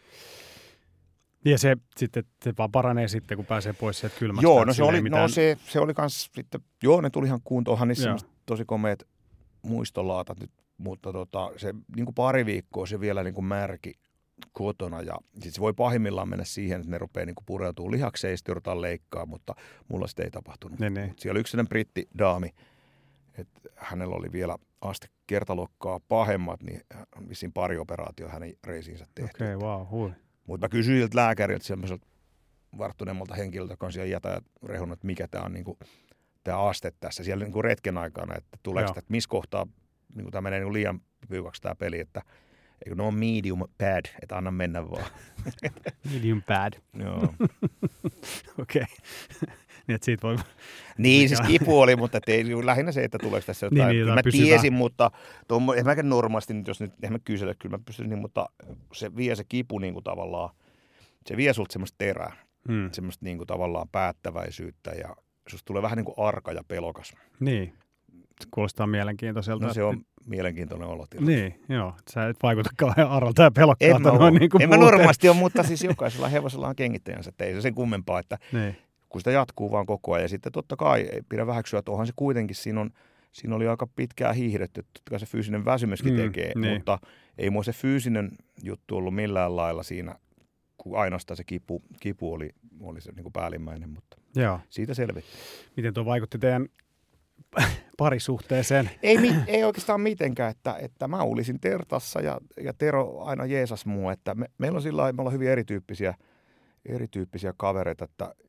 Ja se vaan paranee sitten, kun pääsee pois sieltä kylmästä. Joo, se oli kans sitten, ne tuli ihan kuntoon, niissä tosi komeat muistolaatat nyt, mutta se niin kuin pari viikkoa se vielä niin kuin märki kotona, ja sitten se voi pahimmillaan mennä siihen, että ne rupeaa niin kuin pureutumaan lihakseen, ja sitten joudutaan leikkaa, mutta mulla sitä ei tapahtunut. Siellä oli yksi sellainen brittidaami, että hänellä oli vielä kertalokkaa pahemmat, niin vissiin pari operaatioa hänen reisiinsä tehty. Okei, hui. Mutta mä kysyin siltä lääkäriltä, semmoiselta varttuneemmalta henkilöltä, joka on siellä jätä rehunut, että mikä tämä on niinku, tämä aste tässä siellä niinku retken aikana, että tuleeko sitä, että missä kohtaa niinku, tämä menee niinku liian pyykäksi tämä peli, että eikö ne on medium bad, että anna mennä vaan. Medium bad. Joo. Okei. Niin, että siitä voi... Niin, siis kipu oli, mutta ei lähinnä se, että tuleeko tässä jotain. Niin, mä tiesin, mutta en mäkään normaalisti, jos nyt en mä kysellä, kyllä mä pystyn niin, mutta se vie se kipu niin kuin tavallaan, se vie sulta semmoista terää, semmoista niin kuin tavallaan päättäväisyyttä, ja susta tulee vähän niin kuin arka ja pelokas. Niin, se kuulostaa mielenkiintoiselta. No se on mielenkiintoinen olotila. Niin, joo. Sä et vaikuta kauhean arralta ja pelokkaalta. En mä normaalisti ole, mutta siis jokaisella hevosella on kengittäjänsä, että ei se sen kummempaa, että kun sitä jatkuu vaan koko ajan. Ja sitten totta kai ei pidä väheksyä, että onhan se kuitenkin, siinä oli aika pitkää hiihdetty, totta kai se fyysinen väsymyskin tekee, mutta ei mua se fyysinen juttu ollut millään lailla siinä, kun ainoastaan se kipu oli se niin kuin päällimmäinen, mutta siitä selvittiin. Miten tuo vaikutti teidän parisuhteeseen? Ei oikeastaan mitenkään, että mä ulisin Tertassa ja Tero aina jeesas mua, että meillä on sillä lailla, me ollaan hyvin erityyppisiä kavereita,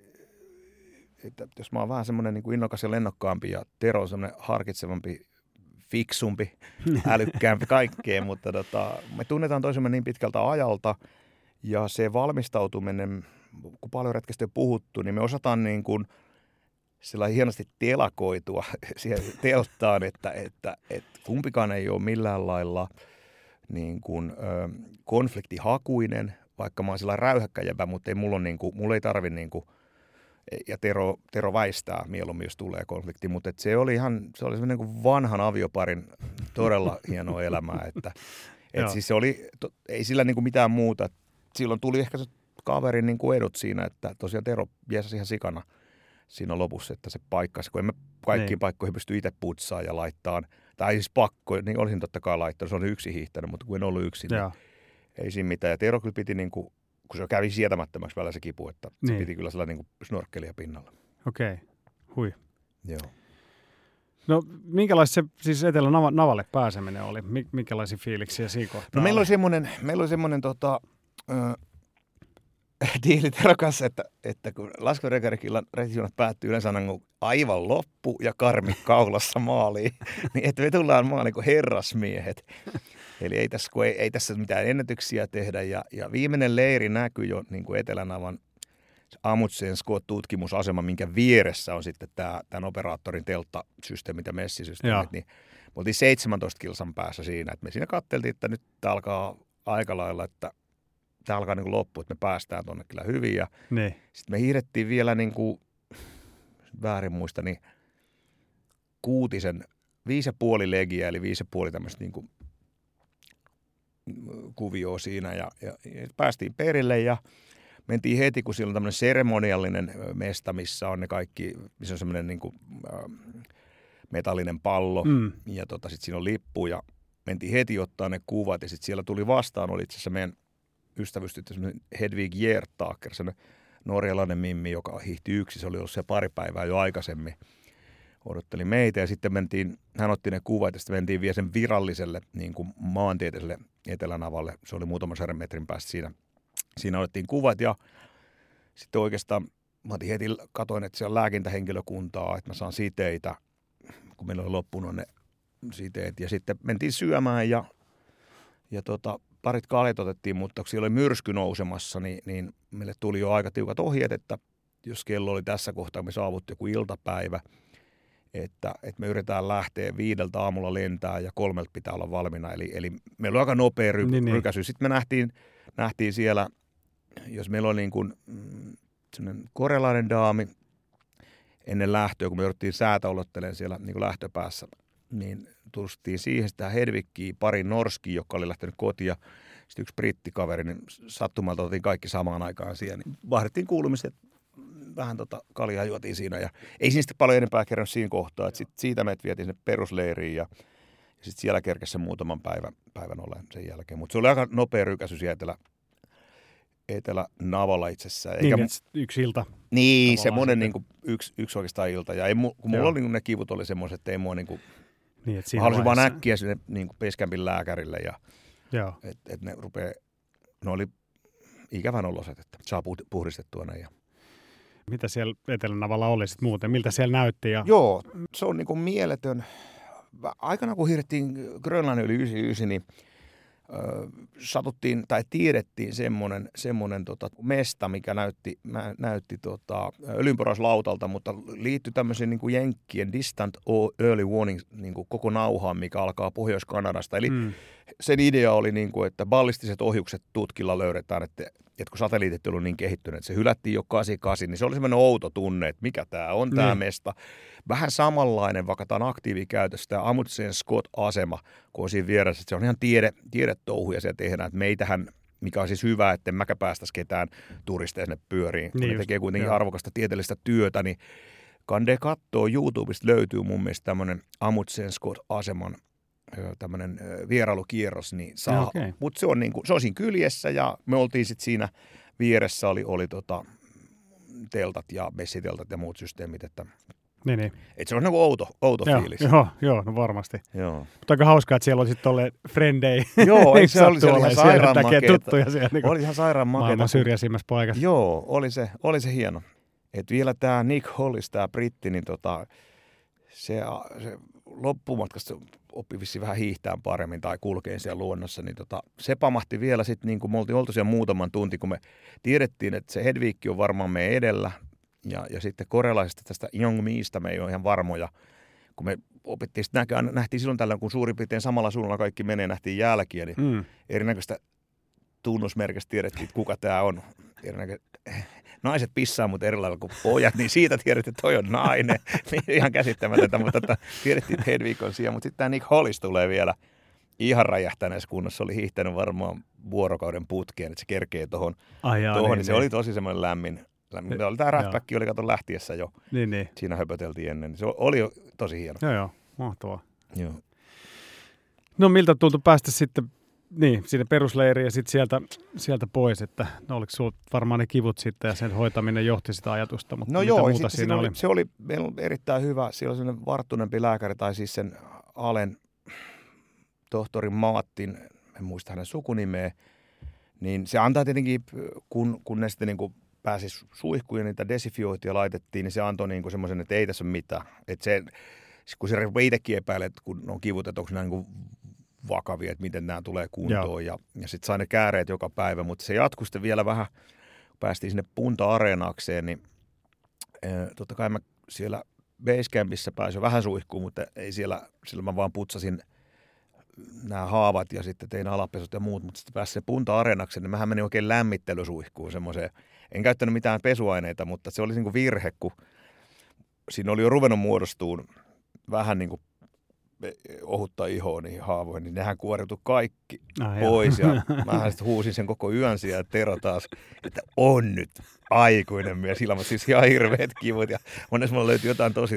että jos mä oon vähän semmoinen niin kuin innokas ja lennokkaampi ja Tero on semmoinen harkitsevampi, fiksumpi, älykkäämpi kaikkea, mutta me tunnetaan toisemme niin pitkältä ajalta ja se valmistautuminen, kun paljon retkestä on puhuttu, niin me osataan niin kuin sillä hienosti telakoitua siihen telttaan, että kumpikaan ei ole millään lailla niin kuin, konfliktihakuinen, vaikka mä oon sillä räyhäkkäjäpä, mutta ei mulla ei tarvi niin kuin, ja Tero väistää mieluummin, jos tulee konflikti, mutta se oli semmoinen kuin vanhan avioparin todella hienoa elämää, että siis se oli, ei sillä niin kuin mitään muuta. Silloin tuli ehkä se kaverin niin kuin edut siinä, että tosiaan Tero viesasi ihan sikana siinä lopussa, että se paikkasi, kun emme kaikkiin paikkoihin pysty itse putsaa ja laittaa, tai siis pakko, niin olisin totta kai laittanut, se oli yksi hiihtänyt, mutta kun en ollut yksin, niin ei siinä mitään. Ja Tero kyllä piti, niin kuin, kun se kävi sietämättömäksi välillä se kipu, että se piti kyllä sellainen niin kuin snorkkelia pinnalla. Okei, hui. Joo. No minkälaista se siis Etelänavalle pääseminen oli? Minkälaisia fiiliksiä siinä kohtaa? No meillä oli semmoinen diili Teron kanssa, että kun laskurekarikillan reisijunat päättyy yleensä aivan loppu ja karmi kaulassa maaliin, niin että me tullaan maaliin kuin herrasmiehet. Eli ei tässä mitään ennätyksiä tehdä. Ja viimeinen leiri näkyi jo niin kuin Etelänavan Amundsen Scott-tutkimusasema, minkä vieressä on sitten tämän operaattorin telttasysteemit ja messisysteemit. Niin me oltiin 17 kilsan päässä siinä. Että me siinä katseltiin, että nyt tämä alkaa aika lailla, että tämä alkaa niin kuin loppu, että me päästään tuonne kyllä hyvin. Ja sitten me hiihdettiin vielä, niin kuin, väärin muista, niin 5,5 legiä, eli 5,5 tämmöistä niin kuin kuvioa siinä. Ja päästiin perille ja mentiin heti, kun siellä on tämmöinen seremoniallinen mesta, missä on ne kaikki, missä on semmoinen niin kuin, metallinen pallo. Ja sitten siinä on lippu ja mentiin heti ottaa ne kuvat. Ja sitten siellä tuli vastaan, oli itse asiassa meidän ystävystytty semmoinen Hedvig Hjertaker, semmoinen norjalainen mimmi, joka hiihti yksi. Se oli ollut se pari päivää jo aikaisemmin. Odotteli meitä ja sitten hän otti ne kuvat ja sitten mentiin vielä sen viralliselle niin kuin maantieteelliselle Etelänavalle. Se oli muutaman 100 metrin päästä siinä. Siinä otettiin kuvat ja sitten oikeastaan mä heti katoin, että siellä on lääkintähenkilökuntaa, että mä saan siteitä, kun meillä oli loppunut ne siteet. Ja sitten mentiin syömään ja parit kaljet otettiin, mutta kun siellä oli myrsky nousemassa, niin meille tuli jo aika tiukat ohjeet, että jos kello oli tässä kohtaa, me saavuttiin joku iltapäivä, että me yritetään lähteä 5 aamulla lentää ja 3 pitää olla valmiina. Eli meillä oli aika nopea rykäsy. Sitten me nähtiin siellä, jos meillä oli niin kuin sellainen korealainen daami ennen lähtöä, kun me jouduttiin säätä olottelemaan siellä niin kuin lähtöpäässä, niin tultiin siihen sitä Hedvikkiä, pari norskia, joka oli lähtenyt kotiin ja sitten yksi brittikaveri, niin sattumalta otettiin kaikki samaan aikaan siellä. Niin vaihdettiin kuulumiset, vähän kaljaa juotiin siinä ja ei siinä sitten paljon enempää kerran siinä kohtaa, että siitä me vietiin sinne perusleiriin ja sitten siellä kerkesi sen muutaman päivän olleen sen jälkeen. Mutta se oli aika nopea rykäsy siellä Etelänavalla itsessään. Eikä, niin, yksi ilta. Niin, semmoinen niin yksi oikeastaan ilta. Ja kun mulla oli, niin ne kivut oli semmoiset, että ei mua niin kuin, niin, mä halusin vaan äkkiä sinne niin peskämpin lääkärille ja että ne oli ikävän oloset, että saa puhdistettua ne. Mitä siellä Etelänavalla oli sitten muuten? Miltä siellä näytti? Joo, se on niin kuin mieletön. Aikana kun hiihdettiin Grönlannin yli 99, niin satuttiin tai tiedettiin semmoinen mesta, mikä näytti öljynporauslautalta, mutta liittyi tämmöiseen niin kuin jenkkien distant early warning niin kuin koko nauhaan, mikä alkaa Pohjois-Kanadasta. Eli sen idea oli, niin kuin, että ballistiset ohjukset tutkilla löydetään, että kun satelliitit oli niin kehittyneet, että se hylättiin jo 88, niin se oli semmoinen outo tunne, että mikä tämä on tämä mesta. Vähän samanlainen, vaikka tämä on aktiivikäytössä, tämä Amundsen Scott-asema, kun on siinä vieressä, että se on ihan tiedetouhuja siellä tehdään, että meitähän, mikä on siis hyvä, että en mäkä päästäisi ketään turisteja sinne pyöriin, kun ne tekee kuitenkin arvokasta tieteellistä työtä, niin kande kattoo, YouTubesta löytyy mun mielestä tämmöinen Amundsen Scott-aseman tämmöinen vierailukierros, niin saa, mutta se on niin kuin, se on siinä kyljessä ja me oltiin sitten siinä vieressä oli teltat ja messiteltat ja muut systeemit, että se on niin kuin outo fiilis. Joo, no varmasti. Joo. Mutta aika hauskaa, että siellä oli sitten olleet frendei. Joo, se oli ihan sairaan makeeta. Tuttuja siellä niin oli ihan sairaan makeeta. Maailman syrjäisimmässä paikassa. Joo, oli se hieno. Et vielä tämä Nick Hollis, tämä britti, niin se loppumatkasta oppi vissiin vähän hiihtään paremmin tai kulkeen siellä luonnossa, niin se pamahti vielä sitten, niin kuin me oltiin oltu siellä muutaman tunti, kun me tiedettiin, että se Hedvig on varmaan meidän edellä, ja sitten korealaisesta tästä Jongmiista me ei ole ihan varmoja, kun me opittiin sitten nähtiin silloin tällöin, kun suurin piirtein samalla suunnalla kaikki menee, nähtiin jälkiä, niin erinäköistä tunnusmerkistä tiedettiin, että kuka tämä on. naiset pissaa mut eri lailla kuin pojat, niin siitä tiedettiin, että toi on nainen. Niin ihan käsittämätöntä, mutta tiedettiin, että Hedvig on siellä. Mutta sitten tämä Nick Hollis tulee vielä ihan räjähtäneessä kunnossa. Oli hiihtänyt varmaan vuorokauden putkeen, että se kerkee tuohon. Niin se oli tosi semmoinen lämmin. Tämä Rat-Pack oli kato lähtiessä jo. Niin. Siinä höpöteltiin ennen. Se oli jo tosi hieno. Joo, mahtavaa. Joo. No miltä tuntui päästä sitten sinne perusleiriin ja sitten sieltä pois, että oliko sinulla varmaan ne kivut sitten ja sen hoitaminen johti sitä ajatusta, mutta no mitä joo, muuta siinä oli? Se oli erittäin hyvä. Siellä oli sellainen varttuneempi lääkäri, tai siis sen Alen tohtori Maattin, en muista hänen sukunimeä, niin se antaa tietenkin, kun ne sitten niin kuin pääsi suihkuun ja niitä desifioitia laitettiin, niin se antoi niin kuin semmoisen, että ei tässä ole mitään. Että se, kun se itsekin epäilee, että kun on kivut, että onko nämä niin kuin vakavia, että miten nämä tulee kuntoon. Ja sitten sai ne kääreet joka päivä, mutta se jatkui sitten vielä vähän, kun päästiin sinne Punta-areenakseen, niin totta kai mä siellä Basecampissa pääsin vähän suihkuun, mutta ei siellä mä vaan putsasin nämä haavat ja sitten tein alapesut ja muut, mutta sitten pääsin se Punta-areenakseen, niin mähän menin oikein lämmittelysuihkuun semmoiseen. En käyttänyt mitään pesuaineita, mutta se oli niin kuin virhe, kun siinä oli jo ruvennut muodostumaan vähän niin kuin ohutta ihoa niihin haavoihin, niin nehän kuoriutui kaikki pois. Ja mähän sitten huusin sen koko yön siellä ja Tero taas, että on nyt aikuinen mies ilman, siis ihan hirveät kivut. Ja onneksi mulla löytyi jotain tosi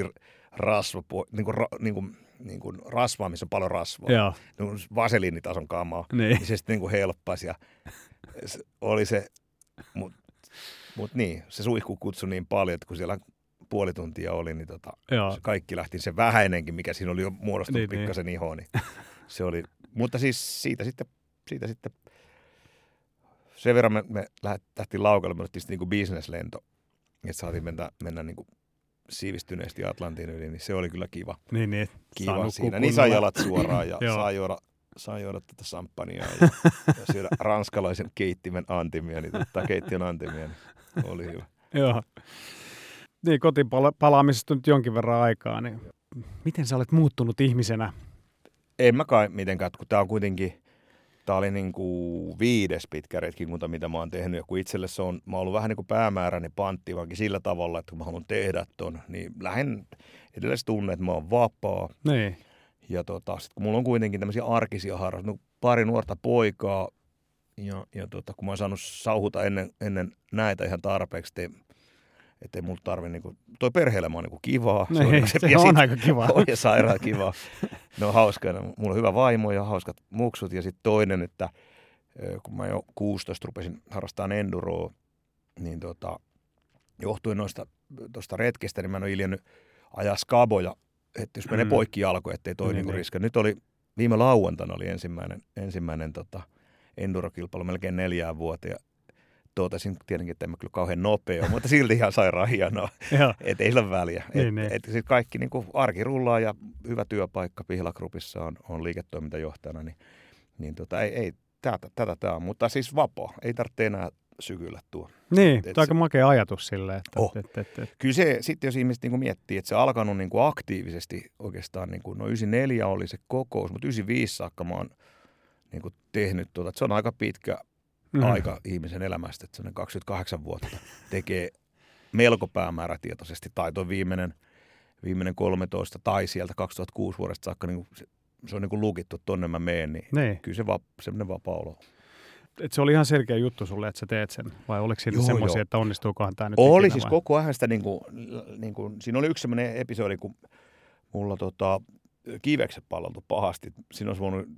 niin kuin rasvaa, missä on paljon rasvaa. Niin vaseliinitason kamaa. Niin se sitten niin kuin helppasi ja oli se, mutta niin, se suihku kutsui niin paljon, että kun siellä puoli tuntia oli, niin se kaikki lähti, se vähäinenkin, mikä siinä oli jo muodostunut pikkasen ihoon, niin se oli, mutta siis siitä sitten sen verran me lähtiin laukalle, me otettiin sitten niin business-lento, että saatiin mennä niin kuin siivistyneesti Atlantin yli, niin se oli kyllä kiva. Kiva siinä. Niin sai jalat suoraan ja saa juoda tätä samppania ja syödä ranskalaisen keittimen antimia, keittiön antimia, niin oli hyvä. Joo. Niin, kotiin palaamisesta nyt jonkin verran aikaa, niin miten sä olet muuttunut ihmisenä? En mä kai mitenkään, kun tää oli niin kuin 5. pitkä retkikunta, mitä mä oon tehnyt, ja kun itselle mä oon ollut vähän niin kuin päämääräni panttivankin sillä tavalla, että kun mä haluan tehdä ton, niin lähden edelleen tunne, että mä oon vapaa. Niin. Ja sit kun mulla on kuitenkin tämmöisiä arkisia harrastuksia, pari nuorta poikaa, ja kun mä oon saanut sauhuta ennen näitä ihan tarpeeksi, ettei mulla tarvitse, niinku, toi perhe-elämä on niinku kivaa. Se on aika kivaa. Ja sairaan kivaa. Ne on hauskaa. Mulla on hyvä vaimo ja hauskat muksut. Ja sitten toinen, että kun mä jo 16 rupesin harrastamaan enduroa, niin johtuen tuosta retkestä, niin mä en ole iljennyt ajaa skaboja, että jos menee poikki jalkoja, ettei toi niinku riska. Nyt oli, viime lauantaina oli ensimmäinen endurokilpailu melkein 4 vuoteen. Totesin tietenkin, että en mä kyllä kauhean nopea, mutta silti ihan sairaan hienoa, että ei sillä väliä. Että sit kaikki niin kuin arki rullaa ja hyvä työpaikka Pihlagrupissa on liiketoimintajohtajana, niin ei tätä tämä on, mutta siis vapaa, ei tarvitse enää sykyllä tuo. Niin, tämä on aika makea ajatus silleen. Kyllä se sitten, jos ihmiset niin miettii, että se on alkanut niin kuin aktiivisesti oikeastaan, niin kuin, 94 oli se kokous, mutta 95 saakka mä oon niin kuin tehnyt että se on aika pitkä aika ihmisen elämästä, että 28 vuotta tekee melko päämäärätietoisesti, tai tuo viimeinen 13 tai sieltä 2006 vuodesta saakka, niin se on niin kuin lukittu, että tonne mä meen, niin kyllä se semmoinen vapaa olo. Et se oli ihan selkeä juttu sulle, että sä teet sen, vai oliko siinä semmoisia, että onnistuukohan tämä nyt? Oli siis koko ajan sitä, niin kuin, siinä oli yksi semmoinen episodi, kun mulla kivekset palloltu pahasti, siinä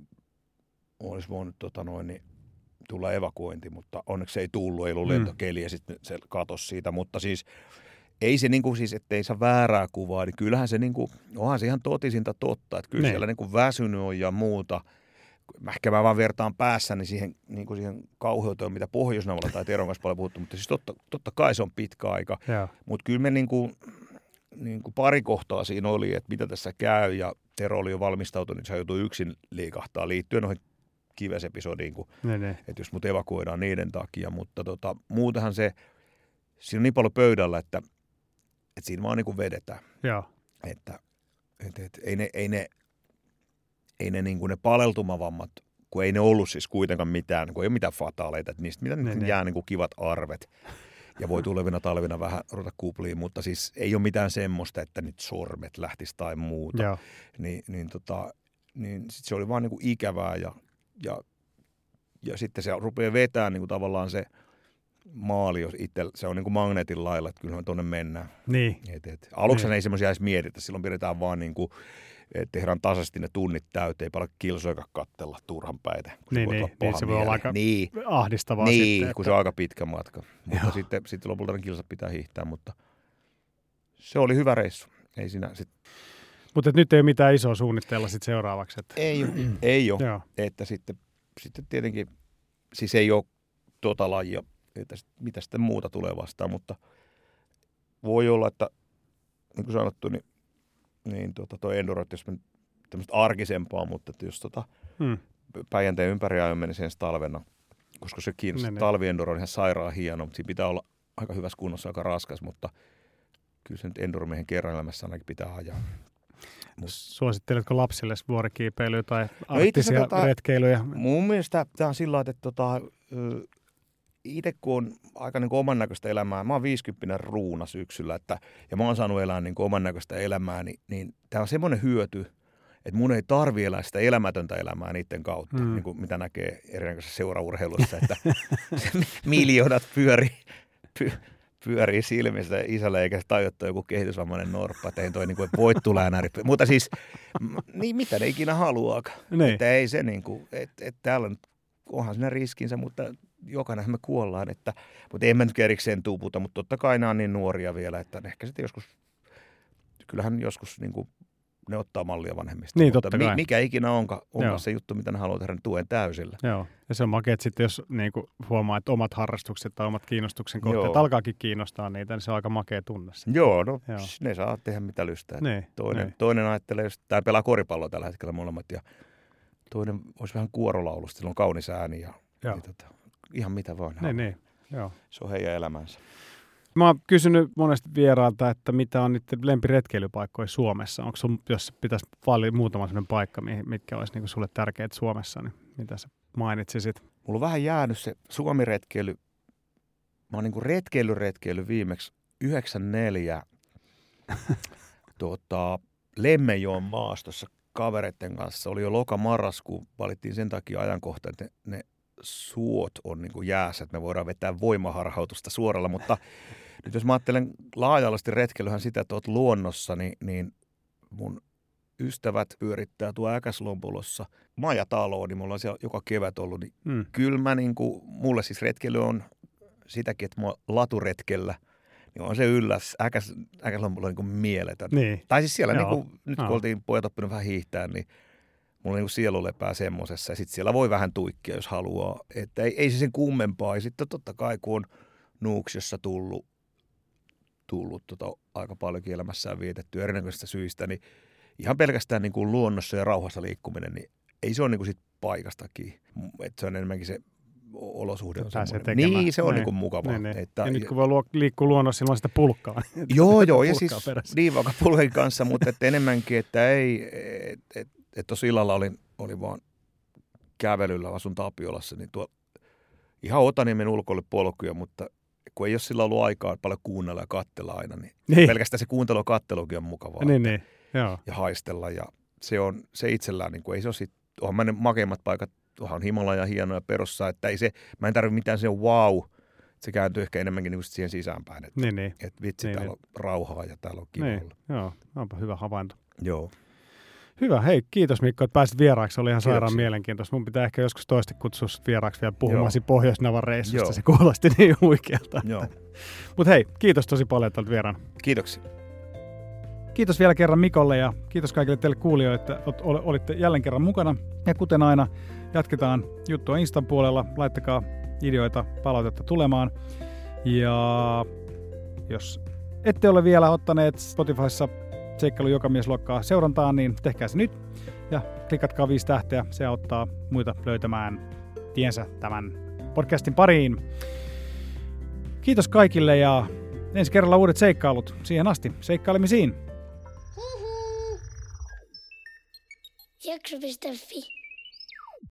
olisi voinut tulla evakuointi, mutta onneksi ei tullut, ei ollut lentokeli ja sitten se katosi siitä, mutta siis ei se niinku siis, ettei saa väärää kuvaa, niin kyllähän se niinku, onhan se ihan totisinta totta, että kyllä siellä niinku väsynyt on ja muuta. Ehkä mä vaan vertaan päässäni siihen kauheuteen, mitä Pohjoisnavalla tai Teron kanssa paljon puhuttu, mutta siis totta kai se on pitkä aika, mutta kyllä me niinku pari kohtaa siinä oli, että mitä tässä käy ja Tero oli jo valmistautunut, niin se joutui yksin liikahtaa liittyen noihin Kives-episodiin, että jos mut evakuoidaan niiden takia, mutta muutenhan siinä on niin paljon pöydällä, että siinä vaan niin kuin vedetään. Että ei ne niin kuin ne paleltumavammat, kun ei ne ollut siis kuitenkaan mitään, kun ei ole mitään fataaleita, että niistä jää niin kuin kivat arvet. ja voi tulevina talvina vähän ruveta kupliin, mutta siis ei ole mitään semmoista, että nyt sormet lähtisi tai muuta. Niin sit se oli vaan niin kuin ikävää ja sitten se rupeaa vetämään niin kuin tavallaan se maali, jos itse, se on niin kuin magneetin lailla, että kyllähän tuonne mennään. Niin. Aluksi ei semmoisia edes mietitä, silloin pidetään vaan niin kuin, tehdään tasaisesti ne tunnit täyteen, ei paljon kilsoika katsella turhan päitä. Niin, se voi olla aika ahdistavaa niin, sitten. Kun se on aika pitkä matka. Mutta sitten lopulta ne kilsat pitää hiihtää, mutta se oli hyvä reissu. Ei siinä Mutta nyt ei ole mitään isoa suunnitteilla sitten seuraavaksi. Että... Ei ole. Että sitten tietenkin, siis ei ole tuota lajia, että mitä sitten muuta tulee vastaan, mutta voi olla, että niin kuin sanottu, niin toi enduro, jos tämmöistä arkisempaa, mutta että jos Päijänteen ympäri ajon meni sen talvena, koska se kiinnostaa, talvienduro on ihan sairaan hieno, mutta siinä pitää olla aika hyvässä kunnossa, aika raskas, mutta kyllä se nyt enduro-miehen kerran elämässä ainakin pitää ajaa. Suositteletko lapsille vuorikiipeilyä tai arktisia retkeilyjä? Mun mielestä tämä on sillä tavalla, että itse kun on aika niin kuin oman näköistä elämää, mä oon 50 ruuna syksyllä, ja mä oon saanut elää niin kuin oman näköistä elämää, niin tämä on semmoinen hyöty, että mun ei tarvi elää sitä elämätöntä elämää niiden kautta, niin kuin mitä näkee erinäköisessä seuraurheilussa, että miljoonat pyörii silmissä isälle, eikä se tajuttaa joku kehitysvammainen norppa, että ei toi niin kuin voi tulla enää. Mutta siis, niin mitä ne ikinä haluaakaan. Niin. Että ei se niin kuin, että täällä onhan siinä riskinsä, mutta jokainen me kuollaan, mutta en mä nyt erikseen tuuputa, mutta totta kai nämä on niin nuoria vielä, että ehkä sitten kyllähän joskus niin kuin ne ottaa mallia vanhemmista. Niin, mutta mikä ikinä onkaan se juttu, mitä ne haluaa tehdä, tuen täysillä. Joo, ja se on makeet sitten, jos niin kuin huomaa, että omat harrastukset tai omat kiinnostuksen kohteet alkaakin kiinnostaa niitä, niin se on aika makea tunne. Joo, ne saa tehdä mitä lystää. Toinen ajattelee, jos tämä pelaa koripalloa tällä hetkellä molemmat, ja toinen olisi vähän kuorolaulusta, sillä on kaunis ääni ja ihan mitä vaan. Joo. Se on heidän elämänsä. Mä oon kysynyt monesti vierailta, että mitä on niiden lempiretkeilypaikkoja Suomessa. Onko sun, jos pitäisi valita muutama sellainen paikka, mitkä olisi niinku sulle tärkeät Suomessa, niin mitä sä mainitsisit? Mulla on vähän jäänyt se Suomi-retkeily. Mä oon niinku retkeily viimeksi 94 Lemmenjoen maastossa kavereiden kanssa. Oli jo loka-marraskuu, valittiin sen takia ajankohta, että ne suot on niin kuin jäässä, että me voidaan vetää voimaharhautusta suoralla, mutta nyt jos mä ajattelen laaja-alaisesti retkeilyhän sitä, että oot luonnossa, niin mun ystävät pyörittää tuo Äkäslompulossa majataloa, niin mulla on siellä joka kevät ollut, niin kyllä mä niin kuin, mulle siis retkeily on sitäkin, että mä laturetkellä, niin on se ylläs, Äkäslompulo on niin kuin mieletön. Niin. Tai siis siellä, niin kuin, nyt kun oltiin pojat oppinut vähän hiihtää, niin mulla niin sielu lepää semmosessa, ja sitten siellä voi vähän tuikkia, jos haluaa. Että ei se sen kummempaa. Ja sitten totta kai, kun on Nuuksiossa tullut aika paljonkin elämässään vietetty erinäköisistä syistä, niin ihan pelkästään niin kuin luonnossa ja rauhassa liikkuminen, niin ei se ole niin kuin sit paikastakin. Että se on enemmänkin se olosuhde. Niin, se on niin kuin mukavaa. Niin. Ja nyt kun voi liikkua luonnossa ilman sitä pulkkaa. Joo, ja siis niin vaikka pulkan kanssa, mutta enemmänkin, että ei... Että tuossa illalla olin vaan kävelyllä, asun Tapiolassa, niin tuo ihan Otaniemen ulkoille polkuja, mutta kun ei ole sillä ollut aikaa paljon kuunnella ja katsella aina, niin pelkästään se kuuntelu ja kattelukin on mukavaa. Niin. Ja haistella, ja se itsellään, niin ei se ole sitten, onhan ne makeimmat paikat, onhan Himalaja hienoja perossa, että ei se, mä en tarvitse mitään se wow, se kääntyy ehkä enemmänkin niin siihen sisäänpäin, että vitsi, täällä on rauhaa ja täällä on kiva olla. Joo, onpa hyvä havainto. Joo. Hyvä. Hei, kiitos Mikko, että pääsit vieraaksi. Oli ihan sairaan mielenkiintoista. Mun pitää ehkä joskus toista kutsua vieraaksi vielä puhumaan Pohjois-Navan reissusta. Se kuulosti niin huikealta. Mutta hei, kiitos tosi paljon, että olet vieraana. Kiitoksia. Kiitos vielä kerran Mikolle ja kiitos kaikille teille kuulijoille, että olitte jälleen kerran mukana. Ja kuten aina, jatketaan juttua Instan puolella. Laittakaa ideoita, palautetta tulemaan. Ja jos ette ole vielä ottaneet Spotifyssa Seikkailu Jokamiesluokkaa seurantaan, niin tehkää se nyt ja klikatkaa 5 tähteä. Se auttaa muita löytämään tiensä tämän podcastin pariin. Kiitos kaikille ja ensi kerralla uudet seikkailut. Siihen asti seikkailemisiin. Jakso.fi